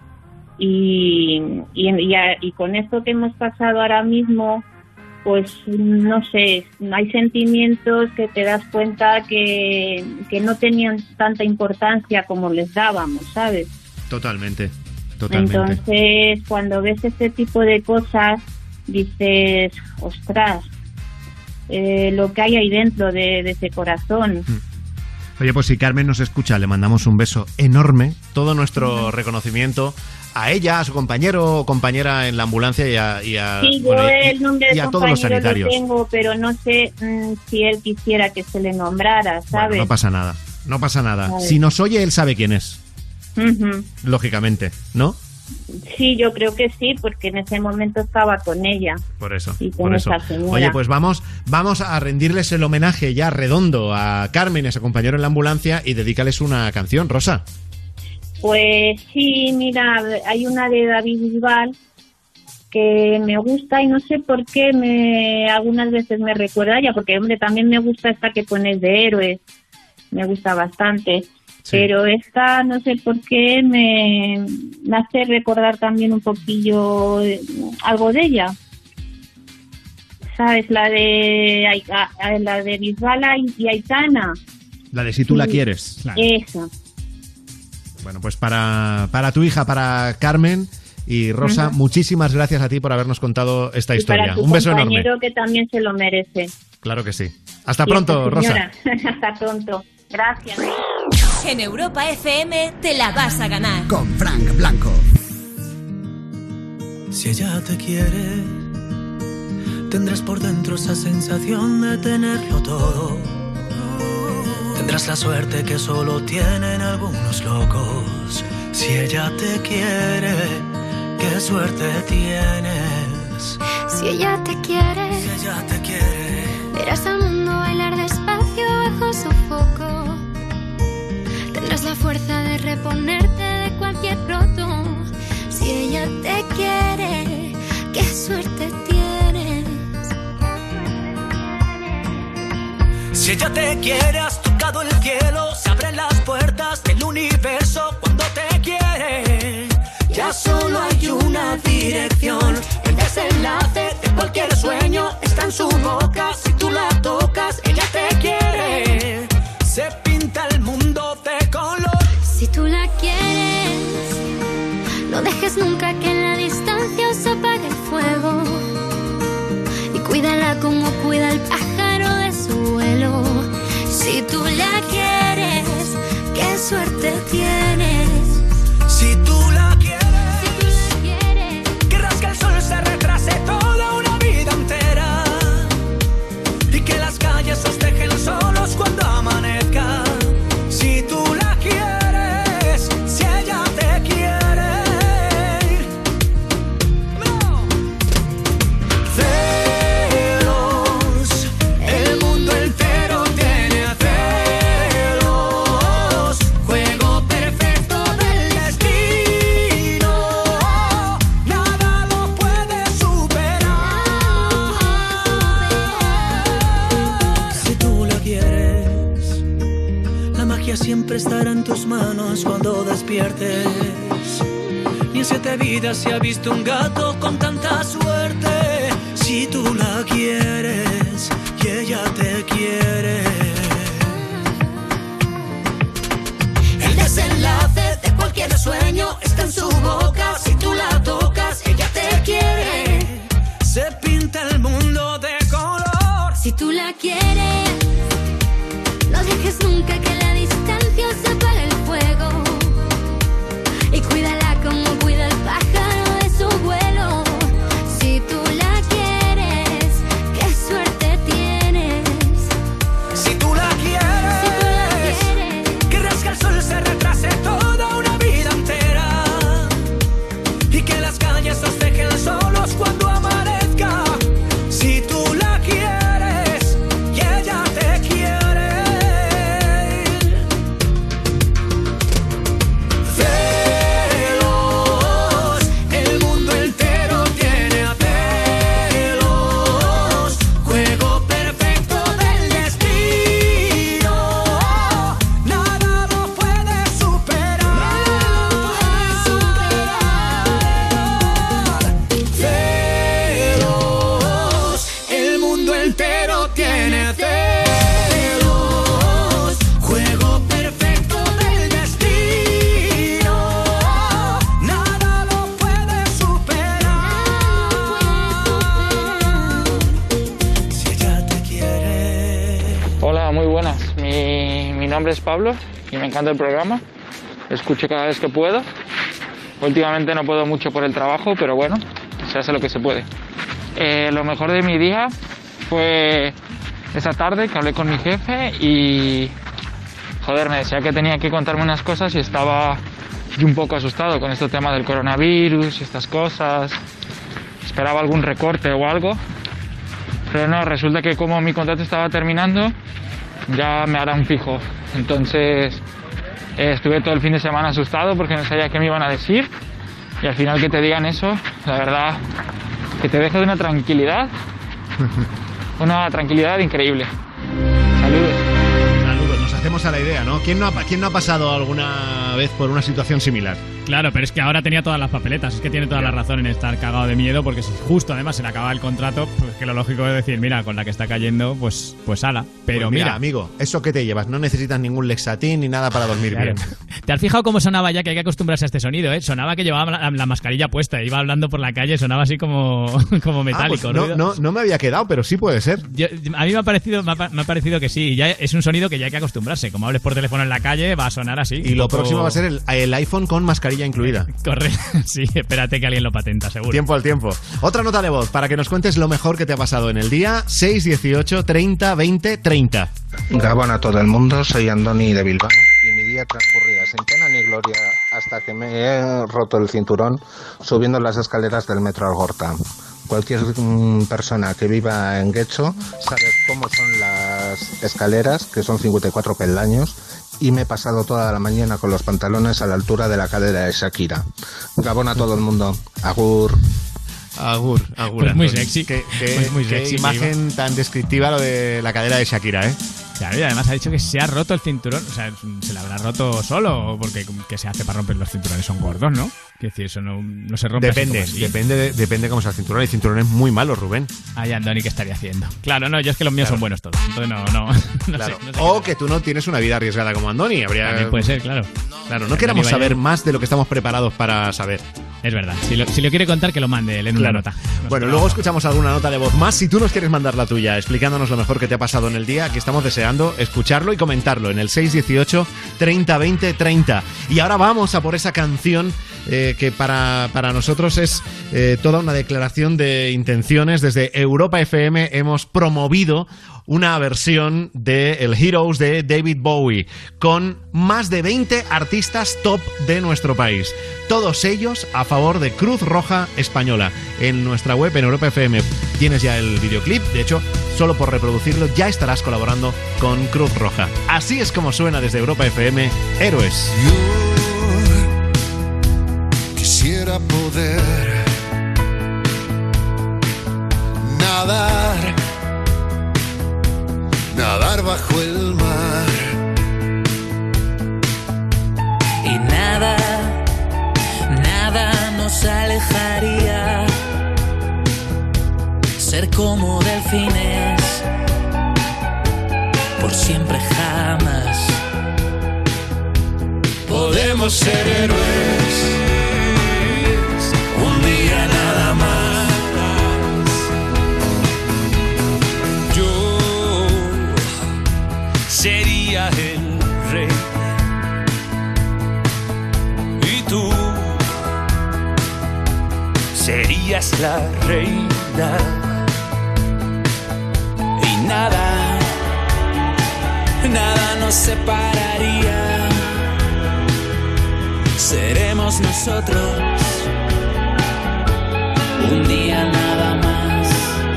Y con esto que hemos pasado ahora mismo, pues no sé, hay sentimientos que te das cuenta que no tenían tanta importancia como les dábamos, ¿sabes? Totalmente. Entonces, cuando ves este tipo de cosas, dices, ostras, lo que hay ahí dentro de ese corazón. Oye, pues si Carmen nos escucha, le mandamos un beso enorme, todo nuestro reconocimiento a ella, a su compañero o compañera en la ambulancia y a el nombre de todos los sanitarios. Lo tengo, pero no sé si él quisiera que se le nombrara, ¿sabes? Bueno, no pasa nada. Vale. Si nos oye, él sabe quién es. Lógicamente, ¿no? Sí, yo creo que sí, porque en ese momento estaba con ella. Por eso. Esa señora. Oye, pues vamos a rendirles el homenaje ya redondo a Carmen y a su compañero en la ambulancia y dedícales una canción, Rosa. Pues sí, mira, hay una de David Bisbal que me gusta y no sé por qué algunas veces me recuerda a ella, porque hombre, también me gusta esta que pones de Héroes, me gusta bastante. Sí. Pero esta, no sé por qué, me hace recordar también un poquillo algo de ella. ¿Sabes? La de Bisbal y Aitana. La de Si tú la quieres. Claro. Esa. Bueno, pues para tu hija, para Carmen y Rosa, muchísimas gracias a ti por habernos contado esta historia. Para tu un beso enorme. compañero, que también se lo merece. Claro que sí. Hasta pronto, Rosa. Hasta pronto. Gracias. En Europa FM te la vas a ganar. Con Frank Blanco. Si ella te quiere, tendrás por dentro esa sensación de tenerlo todo. Tendrás la suerte que solo tienen algunos locos. Si ella te quiere, qué suerte tienes. Si ella te quiere, verás al mundo bailar despacio bajo su foco. Tendrás la fuerza de reponerte de cualquier roto. Si ella te quiere, qué suerte tienes. Si ella te quiere, has tocado el cielo. Se abren las puertas del universo cuando te quiere. ya solo hay una dirección. El desenlace de cualquier sueño está en su boca. Si tú la tocas, ella te quiere. Se pinta el mundo de color. Si tú la quieres, no dejes nunca que en la distancia se apague el fuego. Y cuídala como cuida el pájaro de su vuelo. Si tú la quieres, qué suerte tienes. Si tú la quieres, querrás que el sol se retrase toda una vida entera. Y que las calles os dejen solos cuando amanezca. Si tú la quieres, si ella te quiere. Celos, el mundo entero tiene celos. Juego perfecto del destino. Nada lo puede superar. Si tú la quieres, la magia siempre estará en tus manos cuando despiertes. Ni en 7 vidas se ha visto un gato con tanta suerte. Si tú la quieres y ella te quiere. El desenlace de cualquier sueño está en su boca. Si tú la tocas, ella te quiere. Se pinta el mundo de color. Si tú la quieres, no dejes nunca que en la distancia se apague el fuego. Y cuídala como cuida el pájaro de su vuelo. Si tú la quieres, qué suerte tienes. Si tú la quieres, querrás que el sol se retrase toda una vida entera. Y que las calles os dejen solos cuando amanezca. Si tú la quieres y ella te quiere. Celos, el mundo entero tiene celos. Juego perfecto del destino. Nada lo puede superar. Celos, el mundo entero tiene celos. Juego perfecto del destino. Nada lo puede superar. Si ella te quiere. Hola, muy buenas. Mi nombre es Pablo y me encanta el programa. Lo escucho cada vez que puedo. Últimamente no puedo mucho por el trabajo, pero bueno, se hace lo que se puede. Lo mejor de mi día fue esa tarde que hablé con mi jefe y... Joder, me decía que tenía que contarme unas cosas y estaba yo un poco asustado con este tema del coronavirus y estas cosas. Esperaba algún recorte o algo. Pero no, resulta que como mi contrato estaba terminando, ya me hará un fijo. Entonces estuve todo el fin de semana asustado porque no sabía qué me iban a decir. Y al final que te digan eso, la verdad, que te deja de una tranquilidad increíble. Saludos. Saludos, nos hacemos a la idea, ¿no? ¿Quién no ha pasado alguna vez por una situación similar? Claro, pero es que ahora tenía todas las papeletas. Es que tiene toda la razón en estar cagado de miedo, porque si justo además se le acaba el contrato, pues que lo lógico es decir, mira, con la que está cayendo, pues ala. Pero Pues mira, amigo, ¿eso qué te llevas? No necesitas ningún Lexatin ni nada para dormir Claro. bien. ¿Te has fijado cómo sonaba ya? Que hay que acostumbrarse a este sonido, ¿eh? Sonaba que llevaba la mascarilla puesta, iba hablando por la calle, sonaba así como metálico. Pues no me había quedado, pero sí puede ser. A mí me ha parecido que sí. Ya es un sonido que ya hay que acostumbrarse. Como hables por teléfono en la calle, va a sonar así. Y lo próximo va a ser el iPhone con mascarilla incluida. Correcto, sí, espérate que alguien lo patenta, seguro. Tiempo al tiempo. Otra nota de voz para que nos cuentes lo mejor que te ha pasado en el día. 618 30 20 30. Gabón a todo el mundo, soy Andoni de Bilbao y mi día transcurría sin pena ni gloria hasta que me he roto el cinturón subiendo las escaleras del metro Algorta. Cualquier persona que viva en Guecho sabe cómo son las escaleras, que son 54 peldaños, y me he pasado toda la mañana con los pantalones a la altura de la cadera de Shakira. Gabón a todo el mundo. Agur. Agur. Pues muy sexy. Qué Pues muy sexy, imagen tan descriptiva lo de la cadera de Shakira, ¿eh? Claro, y además ha dicho que se ha roto el cinturón. O sea, se le habrá roto solo o porque ¿qué se hace para romper los cinturones? Son gordos, ¿no? Quiero decir, eso no se rompe. Depende cómo sea el cinturón. El cinturón es muy malo, Rubén. Ay, Andoni, ¿qué estaría haciendo? Claro, no, yo es que los míos son buenos todos. Entonces no claro. sé o que tú no tienes una vida arriesgada como Andoni. También puede ser, claro. Claro, no queramos saber más de lo que estamos preparados para saber. Es verdad. Si lo quiere contar, que lo mande él en una nota. Bueno, luego escuchamos alguna nota de voz más. Si tú nos quieres mandar la tuya, explicándonos lo mejor que te ha pasado en el día, aquí estamos deseando escucharlo y comentarlo en el 618 30 20 30. Y ahora vamos a por esa canción que para nosotros es toda una declaración de intenciones. Desde Europa FM hemos promovido una versión de el Heroes de David Bowie con más de 20 artistas top de nuestro país. Todos ellos a favor de Cruz Roja Española. En nuestra web, en Europa FM, tienes ya el videoclip. De hecho, solo por reproducirlo ya estarás colaborando con Cruz Roja. Así es como suena desde Europa FM, Héroes. Yo quisiera poder nadar bajo el mar y nada nos alejaría, ser como delfines por siempre jamás. Podemos ser héroes un día nada más. Yo sería el rey y tú serías la reina, y nada nos separaría, seremos nosotros un día nada más.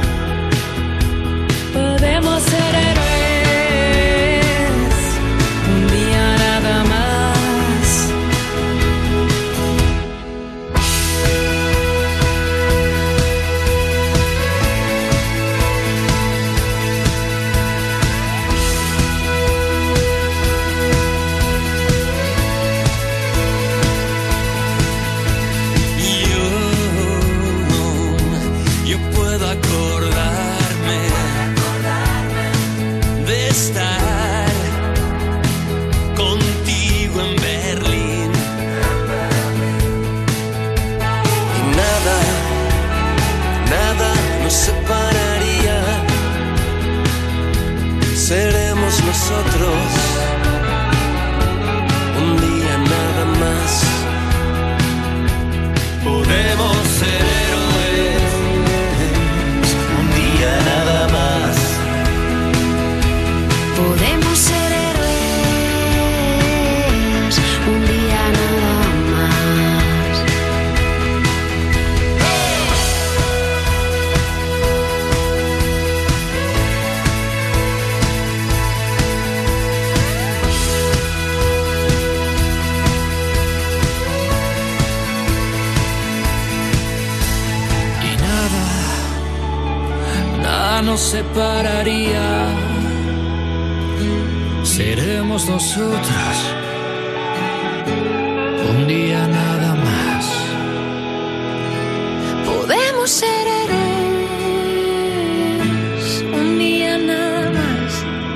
Podemos ser héroes un día nada más. Yo puedo acordarme de estar contigo en Berlín. Y nada nos separaría, seremos nosotros un día nada más. Podemos ser héroes un día nada más. Podemos ser héroes un día nada más. Y nada nos separaría, seremos nosotros un día nada más. Podemos ser héroes un día nada más.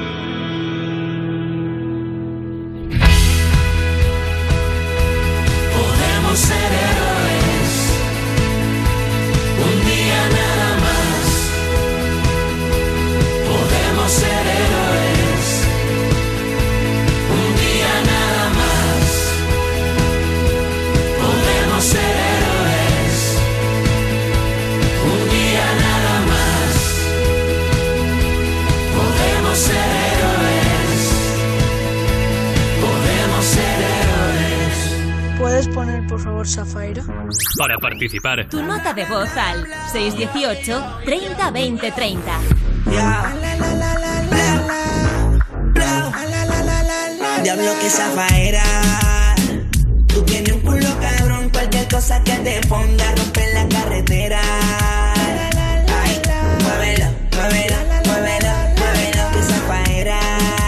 Podemos ser héroes un día nada más. Podemos ser héroes un día nada más. Podemos ser héroes un día nada más. Podemos ser héroes. Podemos ser héroes. ¿Puedes poner por favor Safaira? Para participar, Tu nota de voz al 618 30 20 30. Diablo que zafaera. Tú tienes un culo cabrón, cualquier cosa que te ponga rompe la carretera. Ay, muévelo, muévelo, muévelo, muévelo, que zafaera.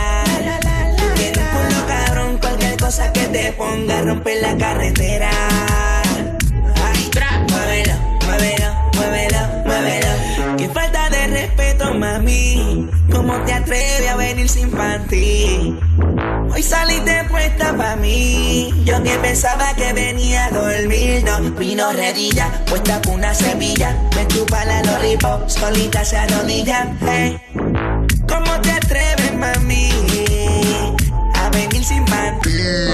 te ponga a romper la carretera. Ay, muévelo, muévelo, muévelo, muévelo. Qué falta de respeto, mami. ¿Cómo te atreves a venir sin panty? Hoy saliste puesta pa' mí. Yo que pensaba que venía a dormir. No, vino redilla, puesta con una semilla. Me chupa la lollipop, solita se arrodilla. Hey. ¿Cómo te atreves, mami, a venir sin panty?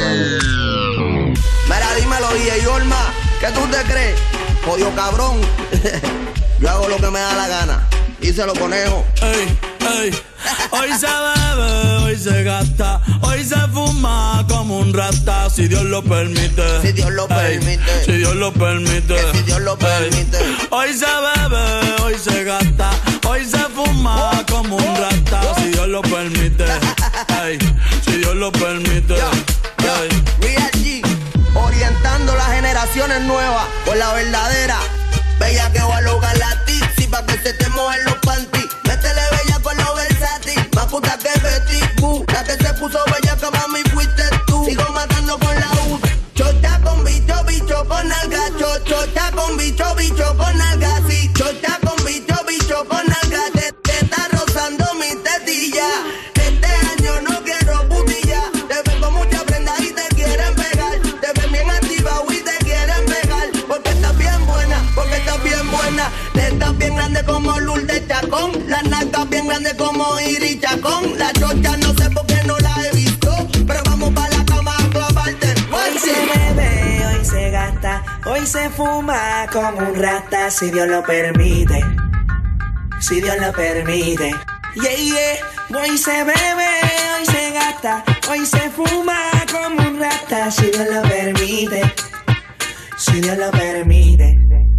Mira, dímelo, DJ Olma, ¿qué tú te crees? Jodido cabrón. Yo hago lo que me da la gana. Díselo, conejo. Ey, ey. Hoy se bebe, hoy se gasta, hoy se fuma como un rata, si Dios lo permite. Si Dios lo permite. Si Dios lo permite. Que si Dios lo permite. Hoy se bebe, hoy se gasta, hoy se fuma como un rata, si Dios lo permite. Ey, si Dios lo permite. Real G, orientando las generaciones nuevas por la verdadera. Bella que va a lograr la tipsy pa' que se te mojen los panty. Métele bella con lo versátil, más puta que Betty Boo. La que se puso bella que mami fuiste tú. Sigo matando con la U. Chota con bicho, bicho con alga. Chota con bicho, bicho con alga. Sí, chota con bicho, bicho con alga. Te está rozando mi tetilla. Este año no quiero putilla. Te ven con mucha prenda y te quieren pegar. Te ven bien activa y te quieren pegar. Porque estás bien buena, porque estás bien buena. Te estás bien grande como Lourdes Chacón. Las nalgas bien grandes como Iris Chacón. La chocha no sé por qué no la he visto, pero vamos pa' la cama a clavarte. Hoy se bebe, hoy se gasta, hoy se fuma como un rata, si Dios lo permite. Si Dios lo permite. Yeah, yeah. Hoy se bebe, hoy se gasta, hoy se fuma como un rata, si Dios lo permite. Si Dios lo permite.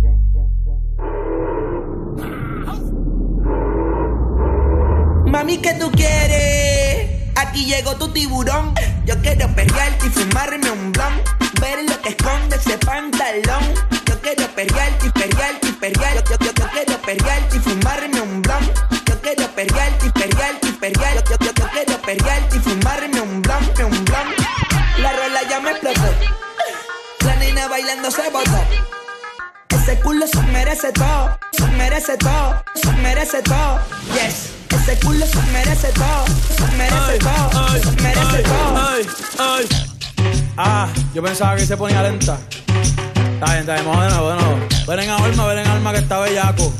Mami, ¿qué tú quieres? Aquí llegó tu tiburón. Yo quiero perrearte y fumarme un blunt. Ver lo que esconde ese pantalón. Yo quiero perrearte y perrearte y perrearte. Yo quiero perrearte y fumarme un blunt. Yo quiero perrearte y perrearte y perrearte. Yo quiero perrearte y fumarme un blunt, un blunt. La rola ya me explotó. La nena bailando se botó. Ese culo se merece todo, se merece todo, se merece todo. Yes. Ese culo se merece todo, se merece todo, se merece todo. Yo pensaba que se ponía lenta. Está bien, vamos de nuevo. Ven en alma que está bellaco.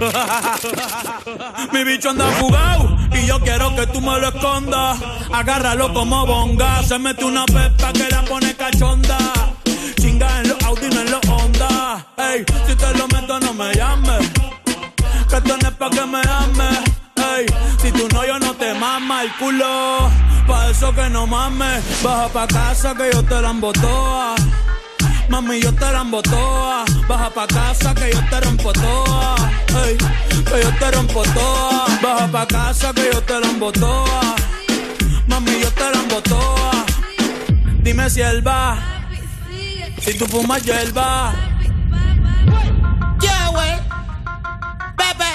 Mi bicho anda jugado y yo quiero que tú me lo escondas. Agárralo como bonga. Se mete una pepa que la pone cachonda. Chinga en los Audi, no en los Honda. Ey, si te lo meto no me llames, que esto no es pa' que me ames. Ey, si tú no, yo no te mama el culo. Pa' eso que no mames. Baja pa' casa que yo te la embotoa. Mami, yo te la embotoa. Baja pa' casa que yo te rompo toa. Ey, que yo te rompo toa. Baja pa' casa que yo te la embotoa. Mami, yo te la embotoa. Dime si él va, si tú fumas hierba. Yeah, wey. Pepe.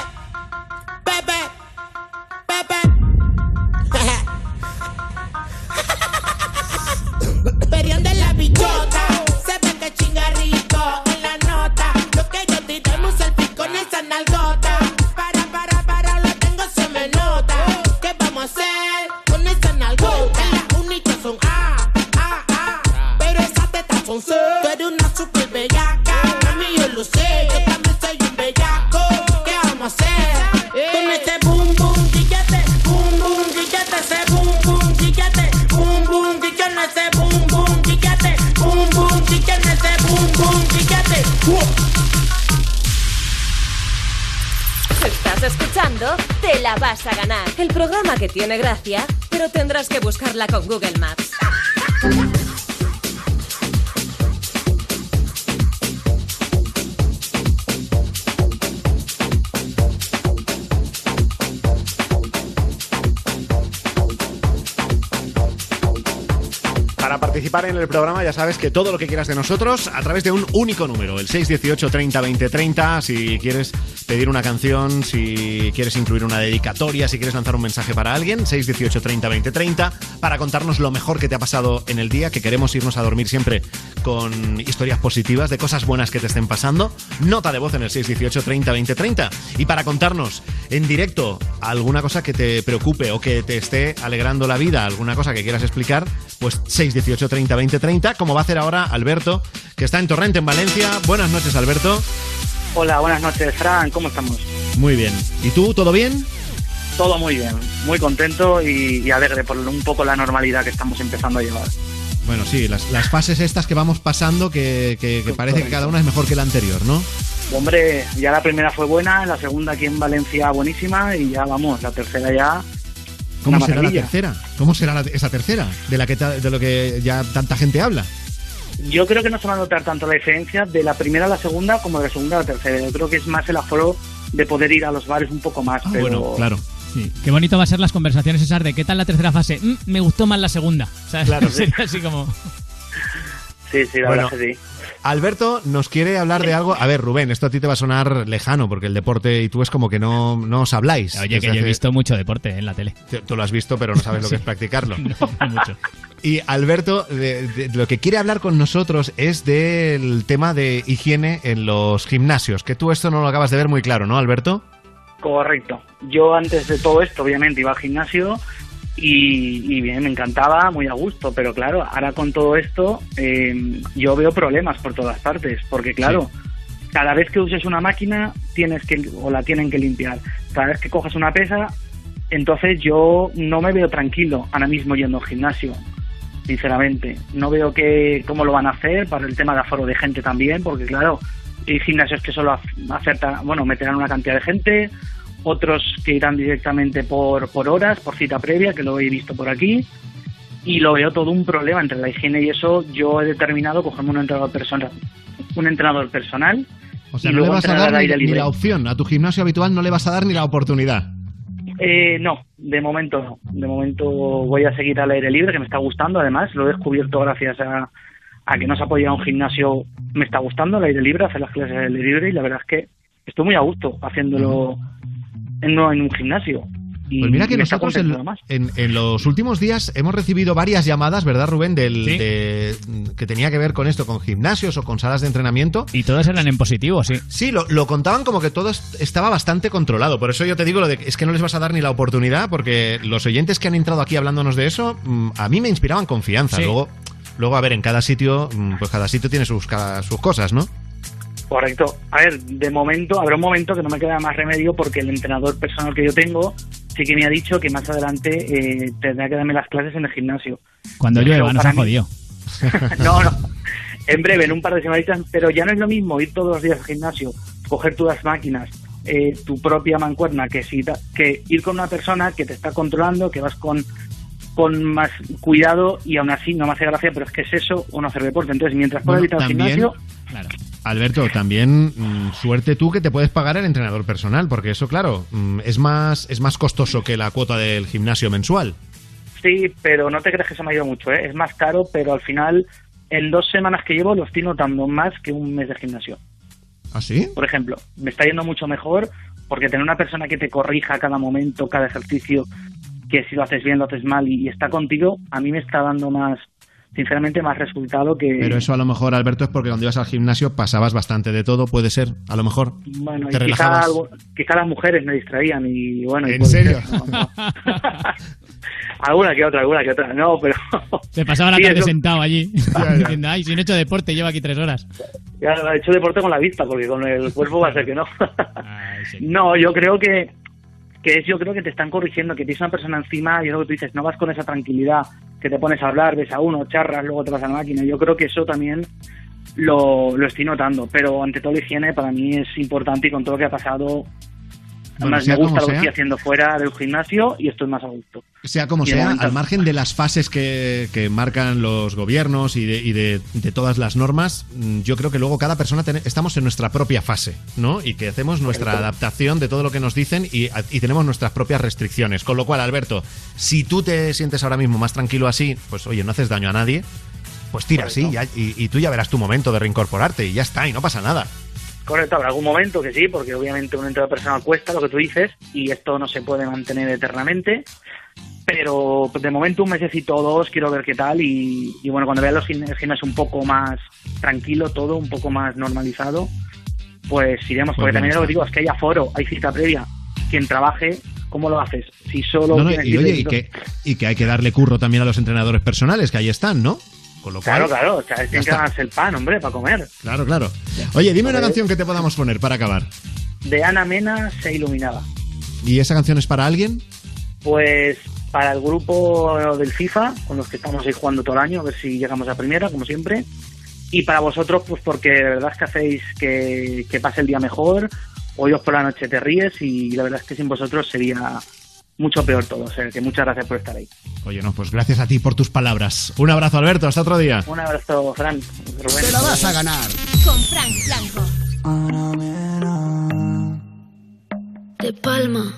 Perión de la bichota. Se ve que chinga rico en la nota. Lo que yo tiramos el pico con esa nalgota. Para, lo tengo, se me nota. ¿Qué vamos a hacer con esa nalgota? Las únicas son pero esas tetas son C. Tú eres una super bellaca. Mami, yo lo sé. Yo también soy un bellaco. ¿Qué vamos a hacer? Con ese boom, boom, guillete. Boom, boom, guillete. Ese boom, boom, guillete. Boom, boom, guillete. Ese boom, boom, guillete. Boom, boom, guillete. Ese boom, boom, guillete. Estás escuchando Te la vas a ganar, el programa que tiene gracia, pero tendrás que buscarla con Google Maps. Para participar en el programa ya sabes que todo lo que quieras de nosotros a través de un único número, el 618 30 20 30. Si quieres pedir una canción, si quieres incluir una dedicatoria, si quieres lanzar un mensaje para alguien, 618 30 20 30, para contarnos lo mejor que te ha pasado en el día, que queremos irnos a dormir siempre con historias positivas de cosas buenas que te estén pasando. Nota de voz en el 618 30 20 30. Y para contarnos en directo alguna cosa que te preocupe o que te esté alegrando la vida, alguna cosa que quieras explicar, pues 618 30 20 30, como va a hacer ahora Alberto, que está en Torrente, en Valencia. Buenas noches, Alberto. Hola, buenas noches, Fran, ¿cómo estamos? Muy bien. ¿Y tú, todo bien? Todo muy bien, muy contento y alegre por un poco la normalidad que estamos empezando a llevar. Bueno, sí, las fases estas que vamos pasando, que parece que cada una es mejor que la anterior, ¿no? Hombre, ya la primera fue buena, la segunda aquí en Valencia buenísima y ya vamos, la tercera ya... ¿Cómo será la tercera? ¿Cómo será esa tercera? De lo que ya tanta gente habla. Yo creo que no se va a notar tanto la diferencia de la primera a la segunda como de la segunda a la tercera. Yo creo que es más el aforo de poder ir a los bares un poco más. Pero... Bueno, claro. Sí, qué bonito va a ser las conversaciones esas de ¿qué tal la tercera fase? Me gustó más la segunda. ¿Sabes? Claro, sí. Sería así como... Sí, la verdad que sí. Alberto nos quiere hablar de algo. A ver, Rubén, esto a ti te va a sonar lejano porque el deporte y tú es como que no os habláis. Oye, que yo he visto mucho deporte en la tele. Tú lo has visto, pero no sabes lo que es practicarlo. No mucho. Y Alberto, de lo que quiere hablar con nosotros es del tema de higiene en los gimnasios, que tú esto no lo acabas de ver muy claro, ¿no, Alberto? Correcto. Yo antes de todo esto, obviamente, iba al gimnasio y bien, me encantaba, muy a gusto, pero claro, ahora con todo esto yo veo problemas por todas partes, porque claro, cada vez que uses una máquina la tienen que limpiar. Cada vez que coges una pesa, entonces yo no me veo tranquilo ahora mismo yendo al gimnasio. Sinceramente, no veo cómo lo van a hacer para el tema de aforo de gente también, porque claro, hay gimnasios que solo meterán una cantidad de gente, otros que irán directamente por horas, por cita previa, que lo he visto por aquí, y lo veo todo un problema entre la higiene y eso. Yo he determinado cogerme un entrenador personal. O sea, y no le luego vas a entrenar dar al aire ni libre. la opción, a tu gimnasio habitual no le vas a dar ni la oportunidad. No, de momento no. De momento voy a seguir al aire libre, que me está gustando. Además, lo he descubierto gracias a que no se ha podido ir a un gimnasio. Me está gustando el aire libre, hacer las clases al aire libre, y la verdad es que estoy muy a gusto haciéndolo en un gimnasio. Y pues mira que me está nosotros compensando más. en los últimos días hemos recibido varias llamadas, ¿verdad, Rubén? Que tenía que ver con esto, con gimnasios o con salas de entrenamiento. Y todas eran en positivo, sí. Sí, lo contaban como que todo estaba bastante controlado. Por eso yo te digo lo de es que no les vas a dar ni la oportunidad, porque los oyentes que han entrado aquí hablándonos de eso, a mí me inspiraban confianza. Sí. Luego, a ver, en cada sitio, pues cada sitio tiene sus cosas, ¿no? Correcto. A ver, de momento, habrá un momento que no me queda más remedio, porque el entrenador personal que yo tengo sí que me ha dicho que más adelante tendrá que darme las clases en el gimnasio. Cuando Pero llueva, nos para ha mí- jodido. No, en breve, en un par de semanitas, pero ya no es lo mismo ir todos los días al gimnasio, coger tú las máquinas, tu propia mancuerna, que ir con una persona que te está controlando, que vas con más cuidado, y aún así no me hace gracia, pero es que es eso o no hacer deporte. Entonces, mientras pueda evitar el gimnasio... Claro. Alberto, también suerte tú que te puedes pagar el entrenador personal, porque eso, claro, es más costoso que la cuota del gimnasio mensual. Sí, pero no te crees que se me ha ido mucho, ¿eh? Es más caro, pero al final, en 2 semanas que llevo, lo estoy notando más que un mes de gimnasio. ¿Ah, sí? Por ejemplo, me está yendo mucho mejor, porque tener una persona que te corrija a cada momento, cada ejercicio, que si lo haces bien, lo haces mal, y está contigo, a mí me está dando más, sinceramente, más resultado que... Pero eso a lo mejor, Alberto, es porque cuando ibas al gimnasio pasabas bastante de todo, puede ser, a lo mejor. Bueno, te y relajabas. quizá las mujeres me distraían y bueno... ¿En serio? Alguna que otra, no, pero... Se pasaba la Sí, tarde eso- sentado allí, diciendo, ay, si no he hecho deporte, llevo aquí 3 horas. Ya he hecho deporte con la vista, porque con el cuerpo va a ser que no. No, yo creo que te están corrigiendo, que tienes una persona encima, y lo que tú dices, no vas con esa tranquilidad, que te pones a hablar, ves a uno, charras, luego te vas a la máquina. Yo creo que eso también lo estoy notando, pero ante todo la higiene para mí es importante, y con todo lo que ha pasado, además sea me gusta como lo que sea. estoy haciendo fuera del gimnasio y estoy más a gusto. Sea como Y de sea, momento- al margen de las fases que marcan los gobiernos y de todas las normas, yo creo que luego cada persona estamos en nuestra propia fase, ¿no? Y que hacemos nuestra Correcto. adaptación de todo lo que nos dicen y tenemos nuestras propias restricciones. Con lo cual, Alberto, si tú te sientes ahora mismo más tranquilo así, pues oye, no haces daño a nadie, pues tira así y tú ya verás tu momento de reincorporarte y ya está, y no pasa nada. Correcto, habrá algún momento que sí, porque obviamente un entrada personal cuesta, lo que tú dices, y esto no se puede mantener eternamente. Pero de momento un mesecito o 2 quiero ver qué tal y bueno, cuando vea el gimnasio un poco más tranquilo todo, un poco más normalizado, pues iremos, porque también lo que digo es que hay aforo, hay cita previa. Quien trabaje, ¿cómo lo haces? Si solo tienes y oye, y que hay que darle curro también a los entrenadores personales, que ahí están, ¿no? Con lo cual, claro, o sea, tienen que ganarse el pan, hombre, para comer. Claro. Oye, dime una canción que te podamos poner para acabar. De Ana Mena, Se Iluminaba. ¿Y esa canción es para alguien? Pues para el grupo del FIFA, con los que estamos ahí jugando todo el año, a ver si llegamos a primera, como siempre. Y para vosotros, pues porque de verdad es que hacéis que pase el día mejor. Hoy por la noche te ríes y la verdad es que sin vosotros sería mucho peor todo. O sea, que muchas gracias por estar ahí. Oye, no, pues gracias a ti por tus palabras. Un abrazo, Alberto, hasta otro día. Un abrazo, Fran. Rubén. Te la vas a ganar. Con Frank Blanco. De Palma.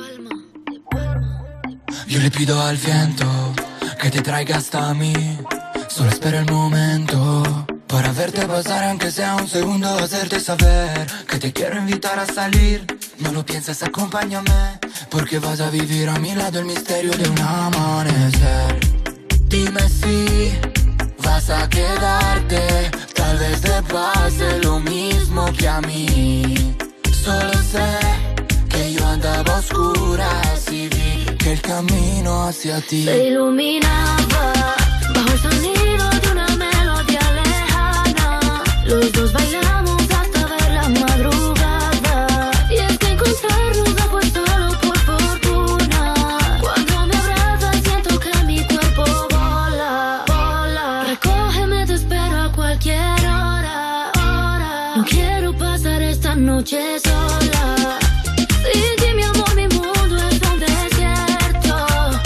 Yo le pido al viento que te traiga hasta mí. Solo espero el momento para verte pasar, aunque sea un segundo, hacerte saber que te quiero invitar a salir. No lo pienses, acompáñame, porque vas a vivir a mi lado el misterio de un amanecer. Dime si vas a quedarte, tal vez te pase lo mismo que a mí. Solo sé que yo andaba a oscuras y vi que el camino hacia ti Se iluminaba bajo el sonido de una melodía lejana. Los dos bailamos hasta ver la madrugada. Y es que encontrarnos no fue solo por fortuna. Cuando me abrazas siento que mi cuerpo vola. Recógeme, te espero a cualquier hora. No quiero pasar esta noche sola. Sin ti, mi amor, mi mundo es un desierto.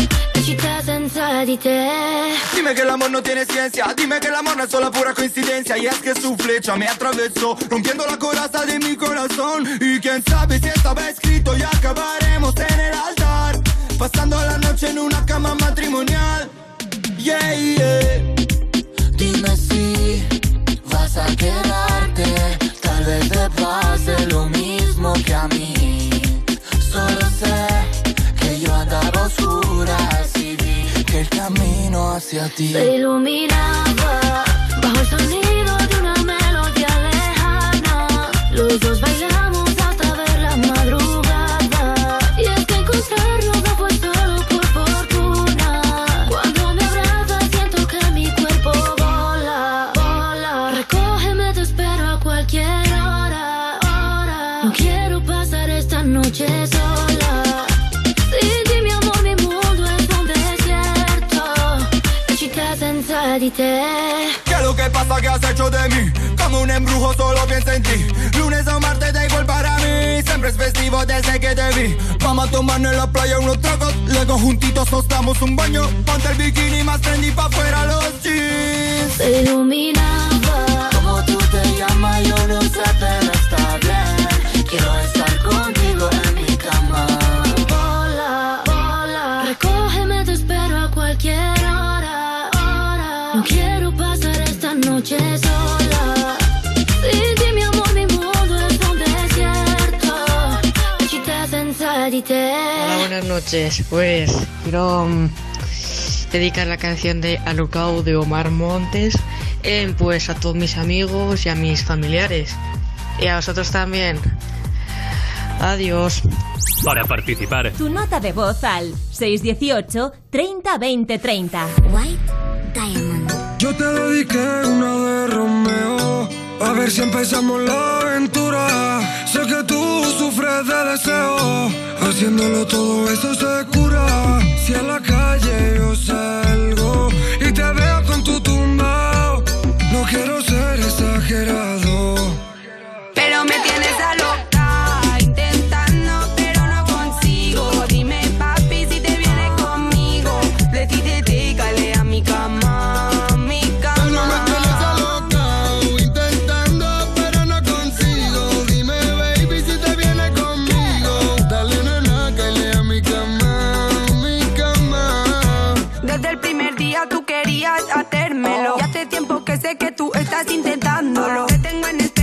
Dime que el amor no tiene ciencia, dime que el amor no es solo pura coincidencia. Y es que su flecha me atravesó, rompiendo la coraza de mi corazón. Y quién sabe si estaba escrito y acabaremos en el altar, pasando la noche en una cama matrimonial. Yeah, yeah. Dime si vas a quedarte, tal vez te pase lo mismo que a mí. Solo sé que yo andaba a oscuras y vi que el camino hacia ti se iluminaba bajo el sonido de una melodía lejana. Los dos bailamos hasta ver la madrugada. Y es que encontrarnos no fue solo por fortuna. Cuando me abrazas siento que mi cuerpo vola. Recógeme, te espero a cualquier hora. No quiero pasar esta noche sola. Sin ti, mi amor, mi mundo es un desierto. E città senza di te. ¿Qué es lo que pasa? ¿Qué has hecho de mí? Como un embrujo solo pienso en ti. Lunes o martes da igual para mí. Siempre es festivo desde que te vi. Vamos a tomarnos en la playa unos tragos. Luego juntitos nos damos un baño. Ponte el bikini más trendy pa' afuera los jeans. Se iluminaba. Como tú te llamas yo no sé, pero está bien. Quiero estar contigo en mi cama. Recógeme, te espero a cualquier hora. No quiero pasar esta noche sola. Sin ti, mi amor, mi mundo es un desierto. E città senza di te. Hola, buenas noches. Pues quiero dedicar la canción de Alucao de Omar Montes pues a todos mis amigos y a mis familiares. Y a vosotros también. Adiós. Para participar, Tu nota de voz al 618 30 20 30. White Diamond. Yo te dediqué una de Romeo, a ver si empezamos la aventura. Sé que tú sufres de deseo, haciéndolo todo eso se cura. Si a la calle yo salgo y te veo con tu tumbao, no quiero ser exagerado, pero me tienes a loca, intentando pero no consigo. Dime papi si te vienes conmigo, decídete, cale a mi cama, mi cama. Pero me tienes a loca, intentando pero no consigo. Dime baby si te vienes conmigo, dale nena, cale a mi cama, mi cama. Desde el primer día tú querías hacérmelo, y hace tiempo que sé que tú estás intentándolo. Te tengo en espera por si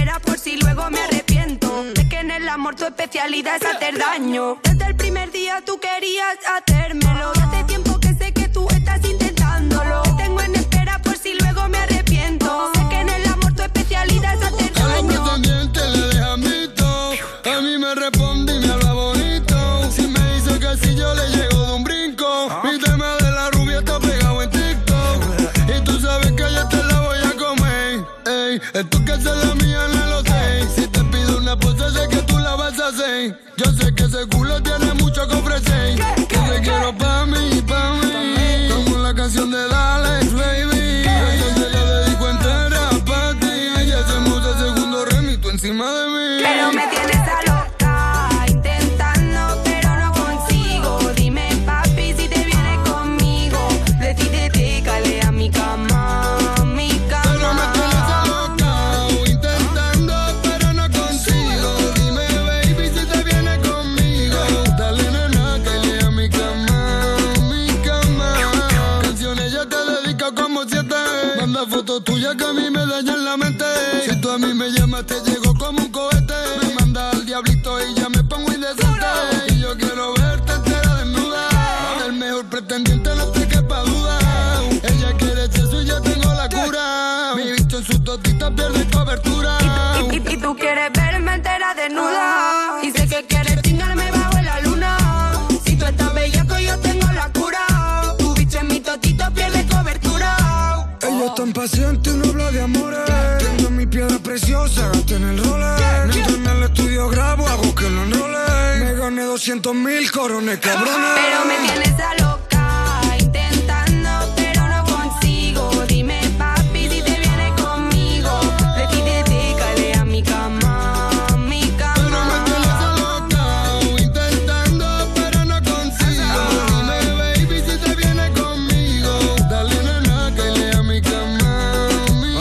si luego me arrepiento. Sé que en el amor tu especialidad es hacer daño. Desde el primer día tú querías hacérmelo. Y hace tiempo que sé que tú estás intentándolo. Te tengo en espera por si luego me arrepiento. Sé que en el amor tu especialidad es hacer daño. A los pretendientes le deja mito. A mí me responde y me habla bonito. Si me dice que si yo le llego de un brinco. Mi tema de la rubia está pegado en TikTok. Y tú sabes que yo te la voy a comer. Ey, esto que es la mía no lo sé. Si te pido una pose sé que tú la vas a hacer. Yo sé que ese culo tiene mucho que ofrecer. Que te quiero pa' mí, pa' mí. Como la canción de Alex, baby. Yo te la dedico entera pa' ti. Y hacemos el segundo remito encima de mí. Pero me tienes a loca, intentando, pero no consigo. Dime, papi, si te vienes conmigo. Decídete, cale a mi cama, mi cama. Pero me tienes alocao, intentando, pero no consigo. Dime, baby, si te vienes conmigo. Dale, nena, cale a mi cama, mi cama. Canciones ya te dedico como 7. Manda fotos tuyas que a mí me dañan la mente. Si tú a mí me llamas, te llego como un cohete. Me manda al diablito y ya me pongo indecente. Y yo quiero verte entera desnuda. El mejor pretendiente no te quepa duda. Ella quiere eso y yo tengo la cura. Mi bicho en su totita pierde cobertura. Y tú quieres verme entera desnuda. Y sé que quieres chingarme bajo la luna. Si tú estás bellaco, yo tengo la cura. Tu bicho en mi totito pierde cobertura. Ella es tan paciente y no habla de amores. Tengo mi piedra preciosa, gasté en el Rolex. Mientras en el estudio grabo, hago que lo enrole. Me gané 200,000 corones, cabrones. Pero me tienes a loca, intentando, pero no consigo. Dime, papi, si te vienes conmigo. Decídete, cale a mi cama, mi cama. Pero me tienes alocao, intentando, pero no consigo. Dime, baby, si te vienes conmigo. Dale, nena, cale a mi cama, mi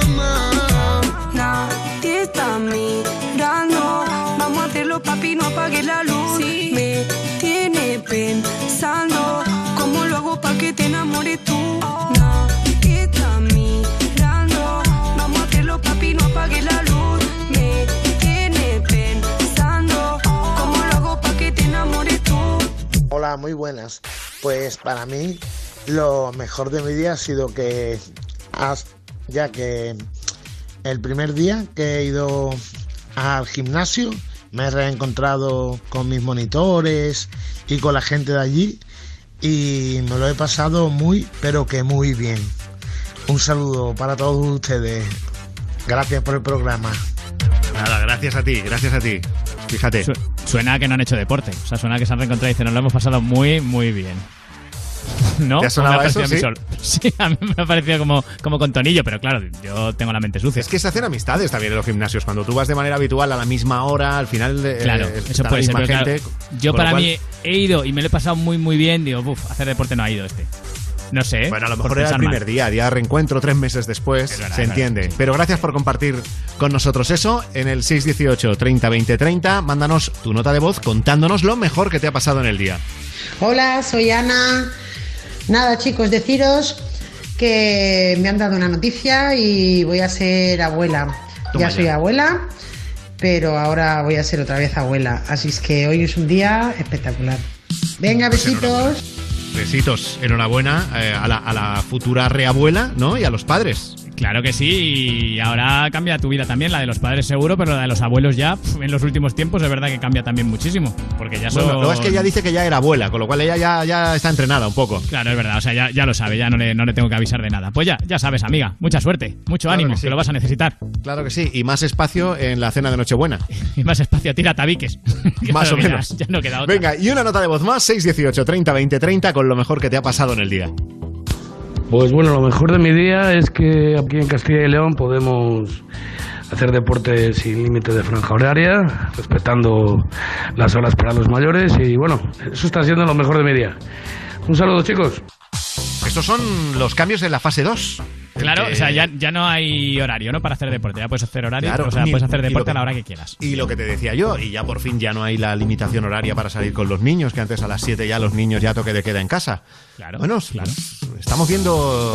cama. Nadie está mirando. Vamos a hacerlo, papi, no apagues la luz. Me tiene pensando cómo lo hago pa' que te enamores tú. Nadie está mirando. Vamos a hacerlo, papi, no apagues la luz. Me tiene pensando cómo lo hago pa' que te enamores tú. Hola, muy buenas. Pues para mí lo mejor de mi día ha sido que ya que el primer día que he ido al gimnasio me he reencontrado con mis monitores y con la gente de allí y me lo he pasado muy, pero que muy bien. Un saludo para todos ustedes. Gracias por el programa. Nada, gracias a ti. Fíjate. Suena a que no han hecho deporte. O sea, suena a que se han reencontrado y dicen, nos lo hemos pasado muy, muy bien. ¿No? ¿Te ha sonado eso, sí? Sí, a mí me ha parecido como con tonillo, pero claro, yo tengo la mente sucia. Es que se hacen amistades también en los gimnasios. Cuando tú vas de manera habitual a la misma hora, al final claro, eso puede ser, pero gente, claro, yo para mí he ido y me lo he pasado muy, muy bien. Digo, hacer deporte no ha ido este. No sé. Bueno, a lo mejor era el primer día de reencuentro, 3 meses después, se entiende. Pero gracias por compartir con nosotros eso. En el 618 30 20 30, mándanos tu nota de voz contándonos lo mejor que te ha pasado en el día. Hola, soy Ana. Nada, chicos, deciros que me han dado una noticia y voy a ser abuela. Ya soy abuela, pero ahora voy a ser otra vez abuela. Así es que hoy es un día espectacular. Venga, besitos. Besitos, enhorabuena a la futura reabuela, ¿no? Y a los padres. Claro que sí, y ahora cambia tu vida también, la de los padres seguro, pero la de los abuelos ya, en los últimos tiempos es verdad que cambia también muchísimo, porque ya son... Bueno, luego es que ella dice que ya era abuela, con lo cual ella ya está entrenada un poco. Claro, es verdad, o sea, ya lo sabe, ya no le tengo que avisar de nada. Pues ya sabes, amiga, mucha suerte, mucho ánimo, que lo vas a necesitar. Claro que sí, y más espacio en la cena de Nochebuena. Y más espacio, tira tabiques. Más o menos. Ya no queda otra. Venga, y una nota de voz más, 618 30 20 30, con lo mejor que te ha pasado en el día. Pues bueno, lo mejor de mi día es que aquí en Castilla y León podemos hacer deporte sin límite de franja horaria, respetando las horas para los mayores y bueno, eso está siendo lo mejor de mi día. Un saludo, chicos. Estos son los cambios en la fase 2. Claro, o sea, ya no hay horario, ¿no? Para hacer deporte, ya puedes hacer horario, claro, o sea, puedes hacer deporte a la hora que quieras. Y lo que te decía yo, y ya por fin ya no hay la limitación horaria para salir con los niños, que antes a las 7 ya los niños ya toque de queda en casa. Claro, bueno, claro. Estamos viendo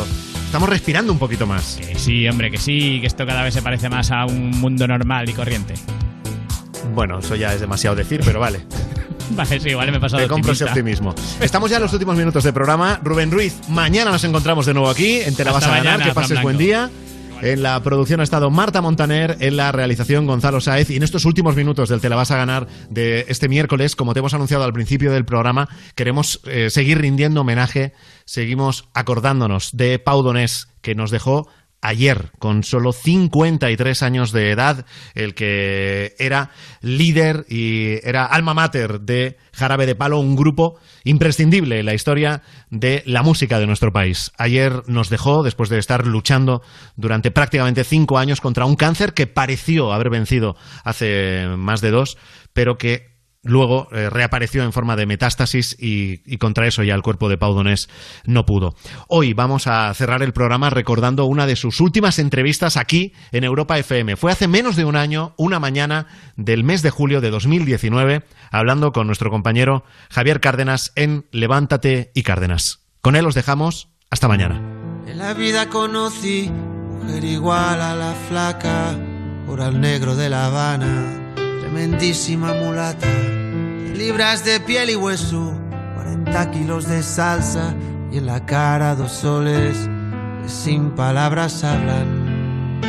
estamos respirando un poquito más. Que sí, hombre, que sí, que esto cada vez se parece más a un mundo normal y corriente. Bueno, eso ya es demasiado decir, pero vale. Vale, sí, vale, me he pasado. Te compro ese optimismo. Estamos ya en los últimos minutos de programa. Rubén Ruiz, mañana nos encontramos de nuevo aquí. Te la vas a ganar, mañana, que pases buen día. En la producción ha estado Marta Montaner, en la realización Gonzalo Sáez, y en estos últimos minutos del Te la vas a ganar de este miércoles, como te hemos anunciado al principio del programa, queremos seguir rindiendo homenaje, seguimos acordándonos de Pau Donés, que nos dejó ayer, con solo 53 años de edad, el que era líder y era alma mater de Jarabe de Palo, un grupo imprescindible en la historia de la música de nuestro país. Ayer nos dejó, después de estar luchando durante prácticamente 5 años contra un cáncer que pareció haber vencido hace más de 2, pero que luego reapareció en forma de metástasis y contra eso ya el cuerpo de Pau Donés no pudo. Hoy vamos a cerrar el programa recordando una de sus últimas entrevistas aquí en Europa FM. Fue hace menos de un año, una mañana del mes de julio de 2019, hablando con nuestro compañero Javier Cárdenas en Levántate y Cárdenas. Con él os dejamos. Hasta mañana. En la vida conocí mujer igual a la flaca, por al negro de La Habana. Tremendísima mulata, libras de piel y hueso, 40 kilos de salsa y en la cara 2 soles que sin palabras hablan,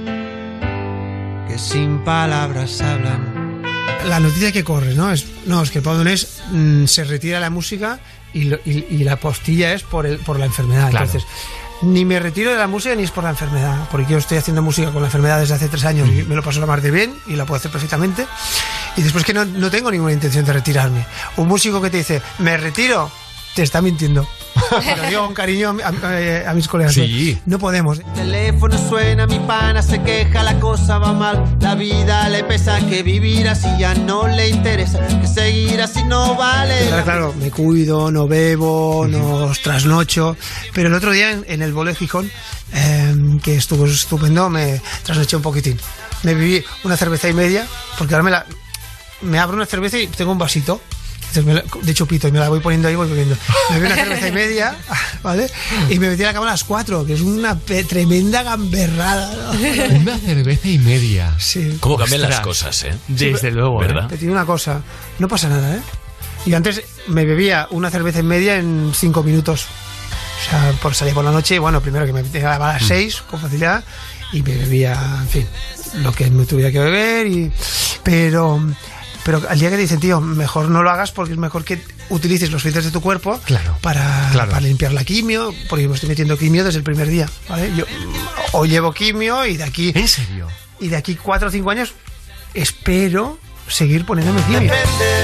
que sin palabras hablan. La noticia que corre, ¿no? Es que Pau Donés se retira de la música y la postilla es por la enfermedad. Claro. Entonces, ni me retiro de la música ni es por la enfermedad, porque yo estoy haciendo música con la enfermedad desde hace 3 años y me lo paso la mar de bien y la puedo hacer perfectamente. Y después que no tengo ninguna intención de retirarme. Un músico que te dice, me retiro, te está mintiendo. Lo digo con cariño a mis colegas. Sí. No podemos. El teléfono suena, mi pana se queja, la cosa va mal, la vida le pesa, que vivir así ya no le interesa, que seguir así no vale. Claro, me cuido, no bebo, no trasnocho, pero el otro día en el bolo de Gijón, que estuvo estupendo, me trasnoché un poquitín. Me bebí una cerveza y media, porque ahora me abro una cerveza y tengo un vasito de chupito y me la voy poniendo ahí, voy bebiendo. Me bebí una cerveza y media, ¿vale? Y me metí a la cama a las 4, que es una tremenda gamberrada, ¿no? Una cerveza y media. Sí. ¿Cómo cambian las cosas, eh? Desde luego, ¿verdad? Te digo una cosa, no pasa nada, ¿eh? Y antes me bebía una cerveza y media en 5 minutos. O sea, por salir por la noche, bueno, primero que me metía a las 6 con facilidad y me bebía, en fin, lo que me tuviera que beber pero al día que te dicen, tío, mejor no lo hagas porque es mejor que utilices los filtros de tu cuerpo para limpiar la quimio, porque me estoy metiendo quimio desde el primer día, ¿vale? Yo hoy llevo quimio y de aquí... ¿En serio? Y de aquí 4 o 5 años espero seguir poniéndome quimio. Depende,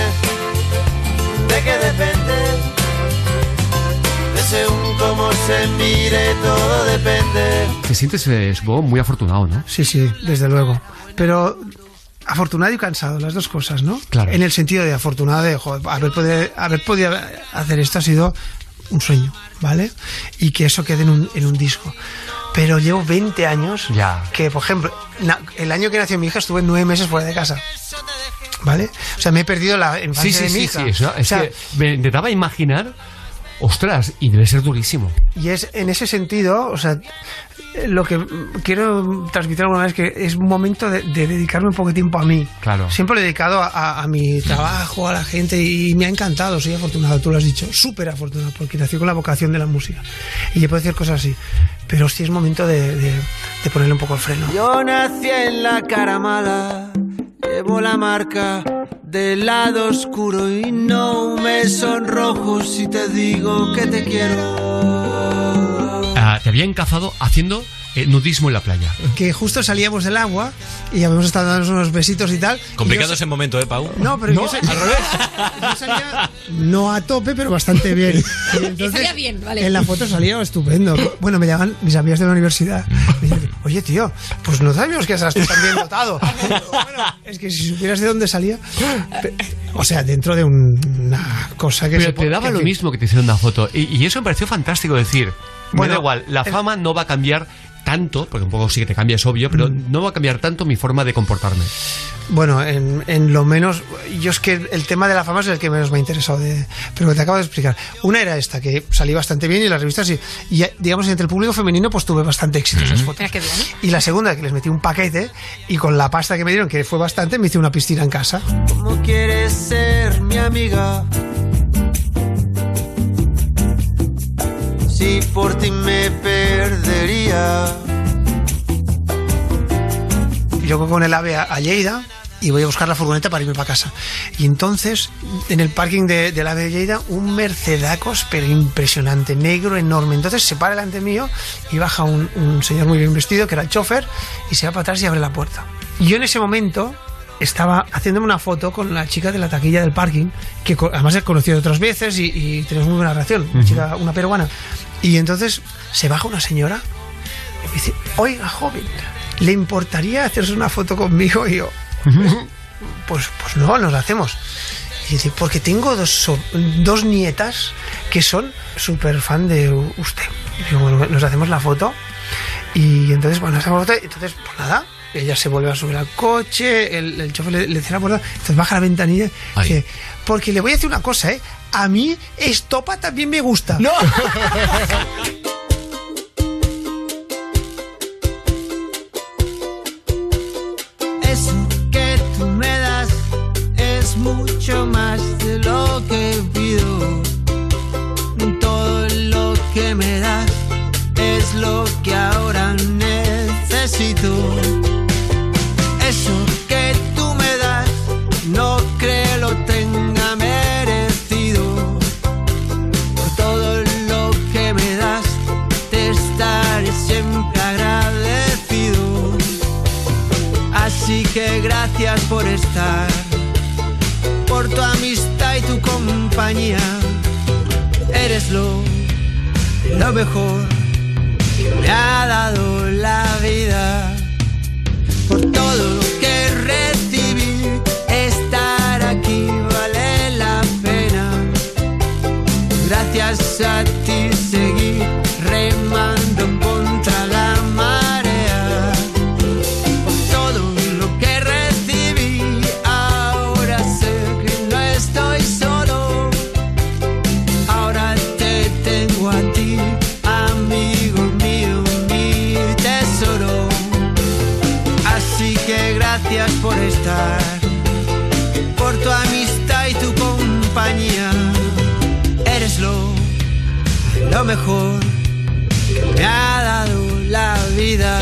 ¿de qué depende? De según cómo se mire, todo depende. Te sientes, supongo, muy afortunado, ¿no? Sí, desde luego. Pero... afortunado y cansado, las dos cosas, ¿no? Claro. En el sentido de afortunado de haber podido hacer esto ha sido un sueño, ¿vale? Y que eso quede en un disco. Pero llevo 20 años que, por ejemplo, el año que nació mi hija estuve 9 meses fuera de casa, ¿vale? O sea, me he perdido la infancia de mi hija. Sí, eso, es que me intentaba imaginar, ostras, y debe ser durísimo. Y es en ese sentido, o sea, lo que quiero transmitir alguna vez es que es un momento de dedicarme un poco de tiempo a mí. Claro. Siempre lo he dedicado a mi trabajo, a la gente, y me ha encantado, soy afortunado, tú lo has dicho, súper afortunado, porque nací con la vocación de la música. Y yo puedo decir cosas así, pero sí es momento de ponerle un poco el freno. Yo nací en la cara mala, llevo la marca del lado oscuro y no me sonrojo si te digo que te quiero. Te habían cazado haciendo nudismo en la playa. Que justo salíamos del agua y habíamos estado dándonos unos besitos y tal. Complicado ese momento, Pau. No, pero no, al revés. Yo salía no a tope, pero bastante bien. Y entonces, salía bien, vale. En la foto salía estupendo. Bueno, me llaman mis amigas de la universidad. Me dicen, oye, tío, pues no sabíamos que estabas tú tan bien dotado. Bueno, es que si supieras de dónde salía. O sea, dentro de una cosa que pero te daba lo mismo que te hicieron una foto. Y eso me pareció fantástico decir. Bueno, me da igual, la fama no va a cambiar tanto, porque un poco sí que te cambia, es obvio, pero no va a cambiar tanto mi forma de comportarme. Bueno, en lo menos, yo es que el tema de la fama es el que menos me ha interesado, pero te acabo de explicar. Una era esta, que salí bastante bien y las revistas, y digamos, entre el público femenino, pues tuve bastante éxito esas fotos. Mira qué bien. Y la segunda, que les metí un paquete, y con la pasta que me dieron, que fue bastante, me hice una piscina en casa. ¿Cómo quieres ser mi amiga? Si por ti me perdería. Y luego con el AVE a Lleida y voy a buscar la furgoneta para irme para casa. Y entonces, en el parking del AVE de Lleida, un Mercedacos, pero impresionante, negro, enorme. Entonces se para delante mío y baja un señor muy bien vestido, que era el chofer, y se va para atrás y abre la puerta. Y yo en ese momento estaba haciéndome una foto con la chica de la taquilla del parking, que además he conocido otras veces y tenemos muy buena relación, una chica, una peruana. Y entonces se baja una señora y me dice: oiga, joven, ¿le importaría hacerse una foto conmigo? Y yo, pues no, nos la hacemos. Y dice: porque tengo dos nietas que son súper fan de usted. Y digo: bueno, nos hacemos la foto. Y entonces, bueno, hacemos la foto. Entonces, pues nada, ella se vuelve a subir al coche, el chofer le cierra la puerta, entonces baja la ventanilla y dice: porque le voy a decir una cosa, a mí Estopa también me gusta. ¡No! Eso que tú me das es mucho más de lo que pido. Todo lo que me das es lo que ahora necesito. Eso que tú me das no creo lo tenga merecido. Por todo lo que me das te estaré siempre agradecido. Así que gracias por estar, por tu amistad y tu compañía. Eres lo mejor que me ha dado la vida. Por todo lo que recibí, estar aquí vale la pena. Gracias a ti seguí remando contra la marea. Por todo lo que recibí, ahora sé que no estoy solo. Ahora te tengo a ti, amigo mío, mi tesoro. Así que gracias por estar, por tu amistad y tu compañía. Eres lo mejor que me ha dado la vida.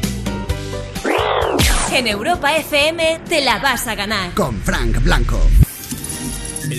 En Europa FM te la vas a ganar. Con Frank Blanco.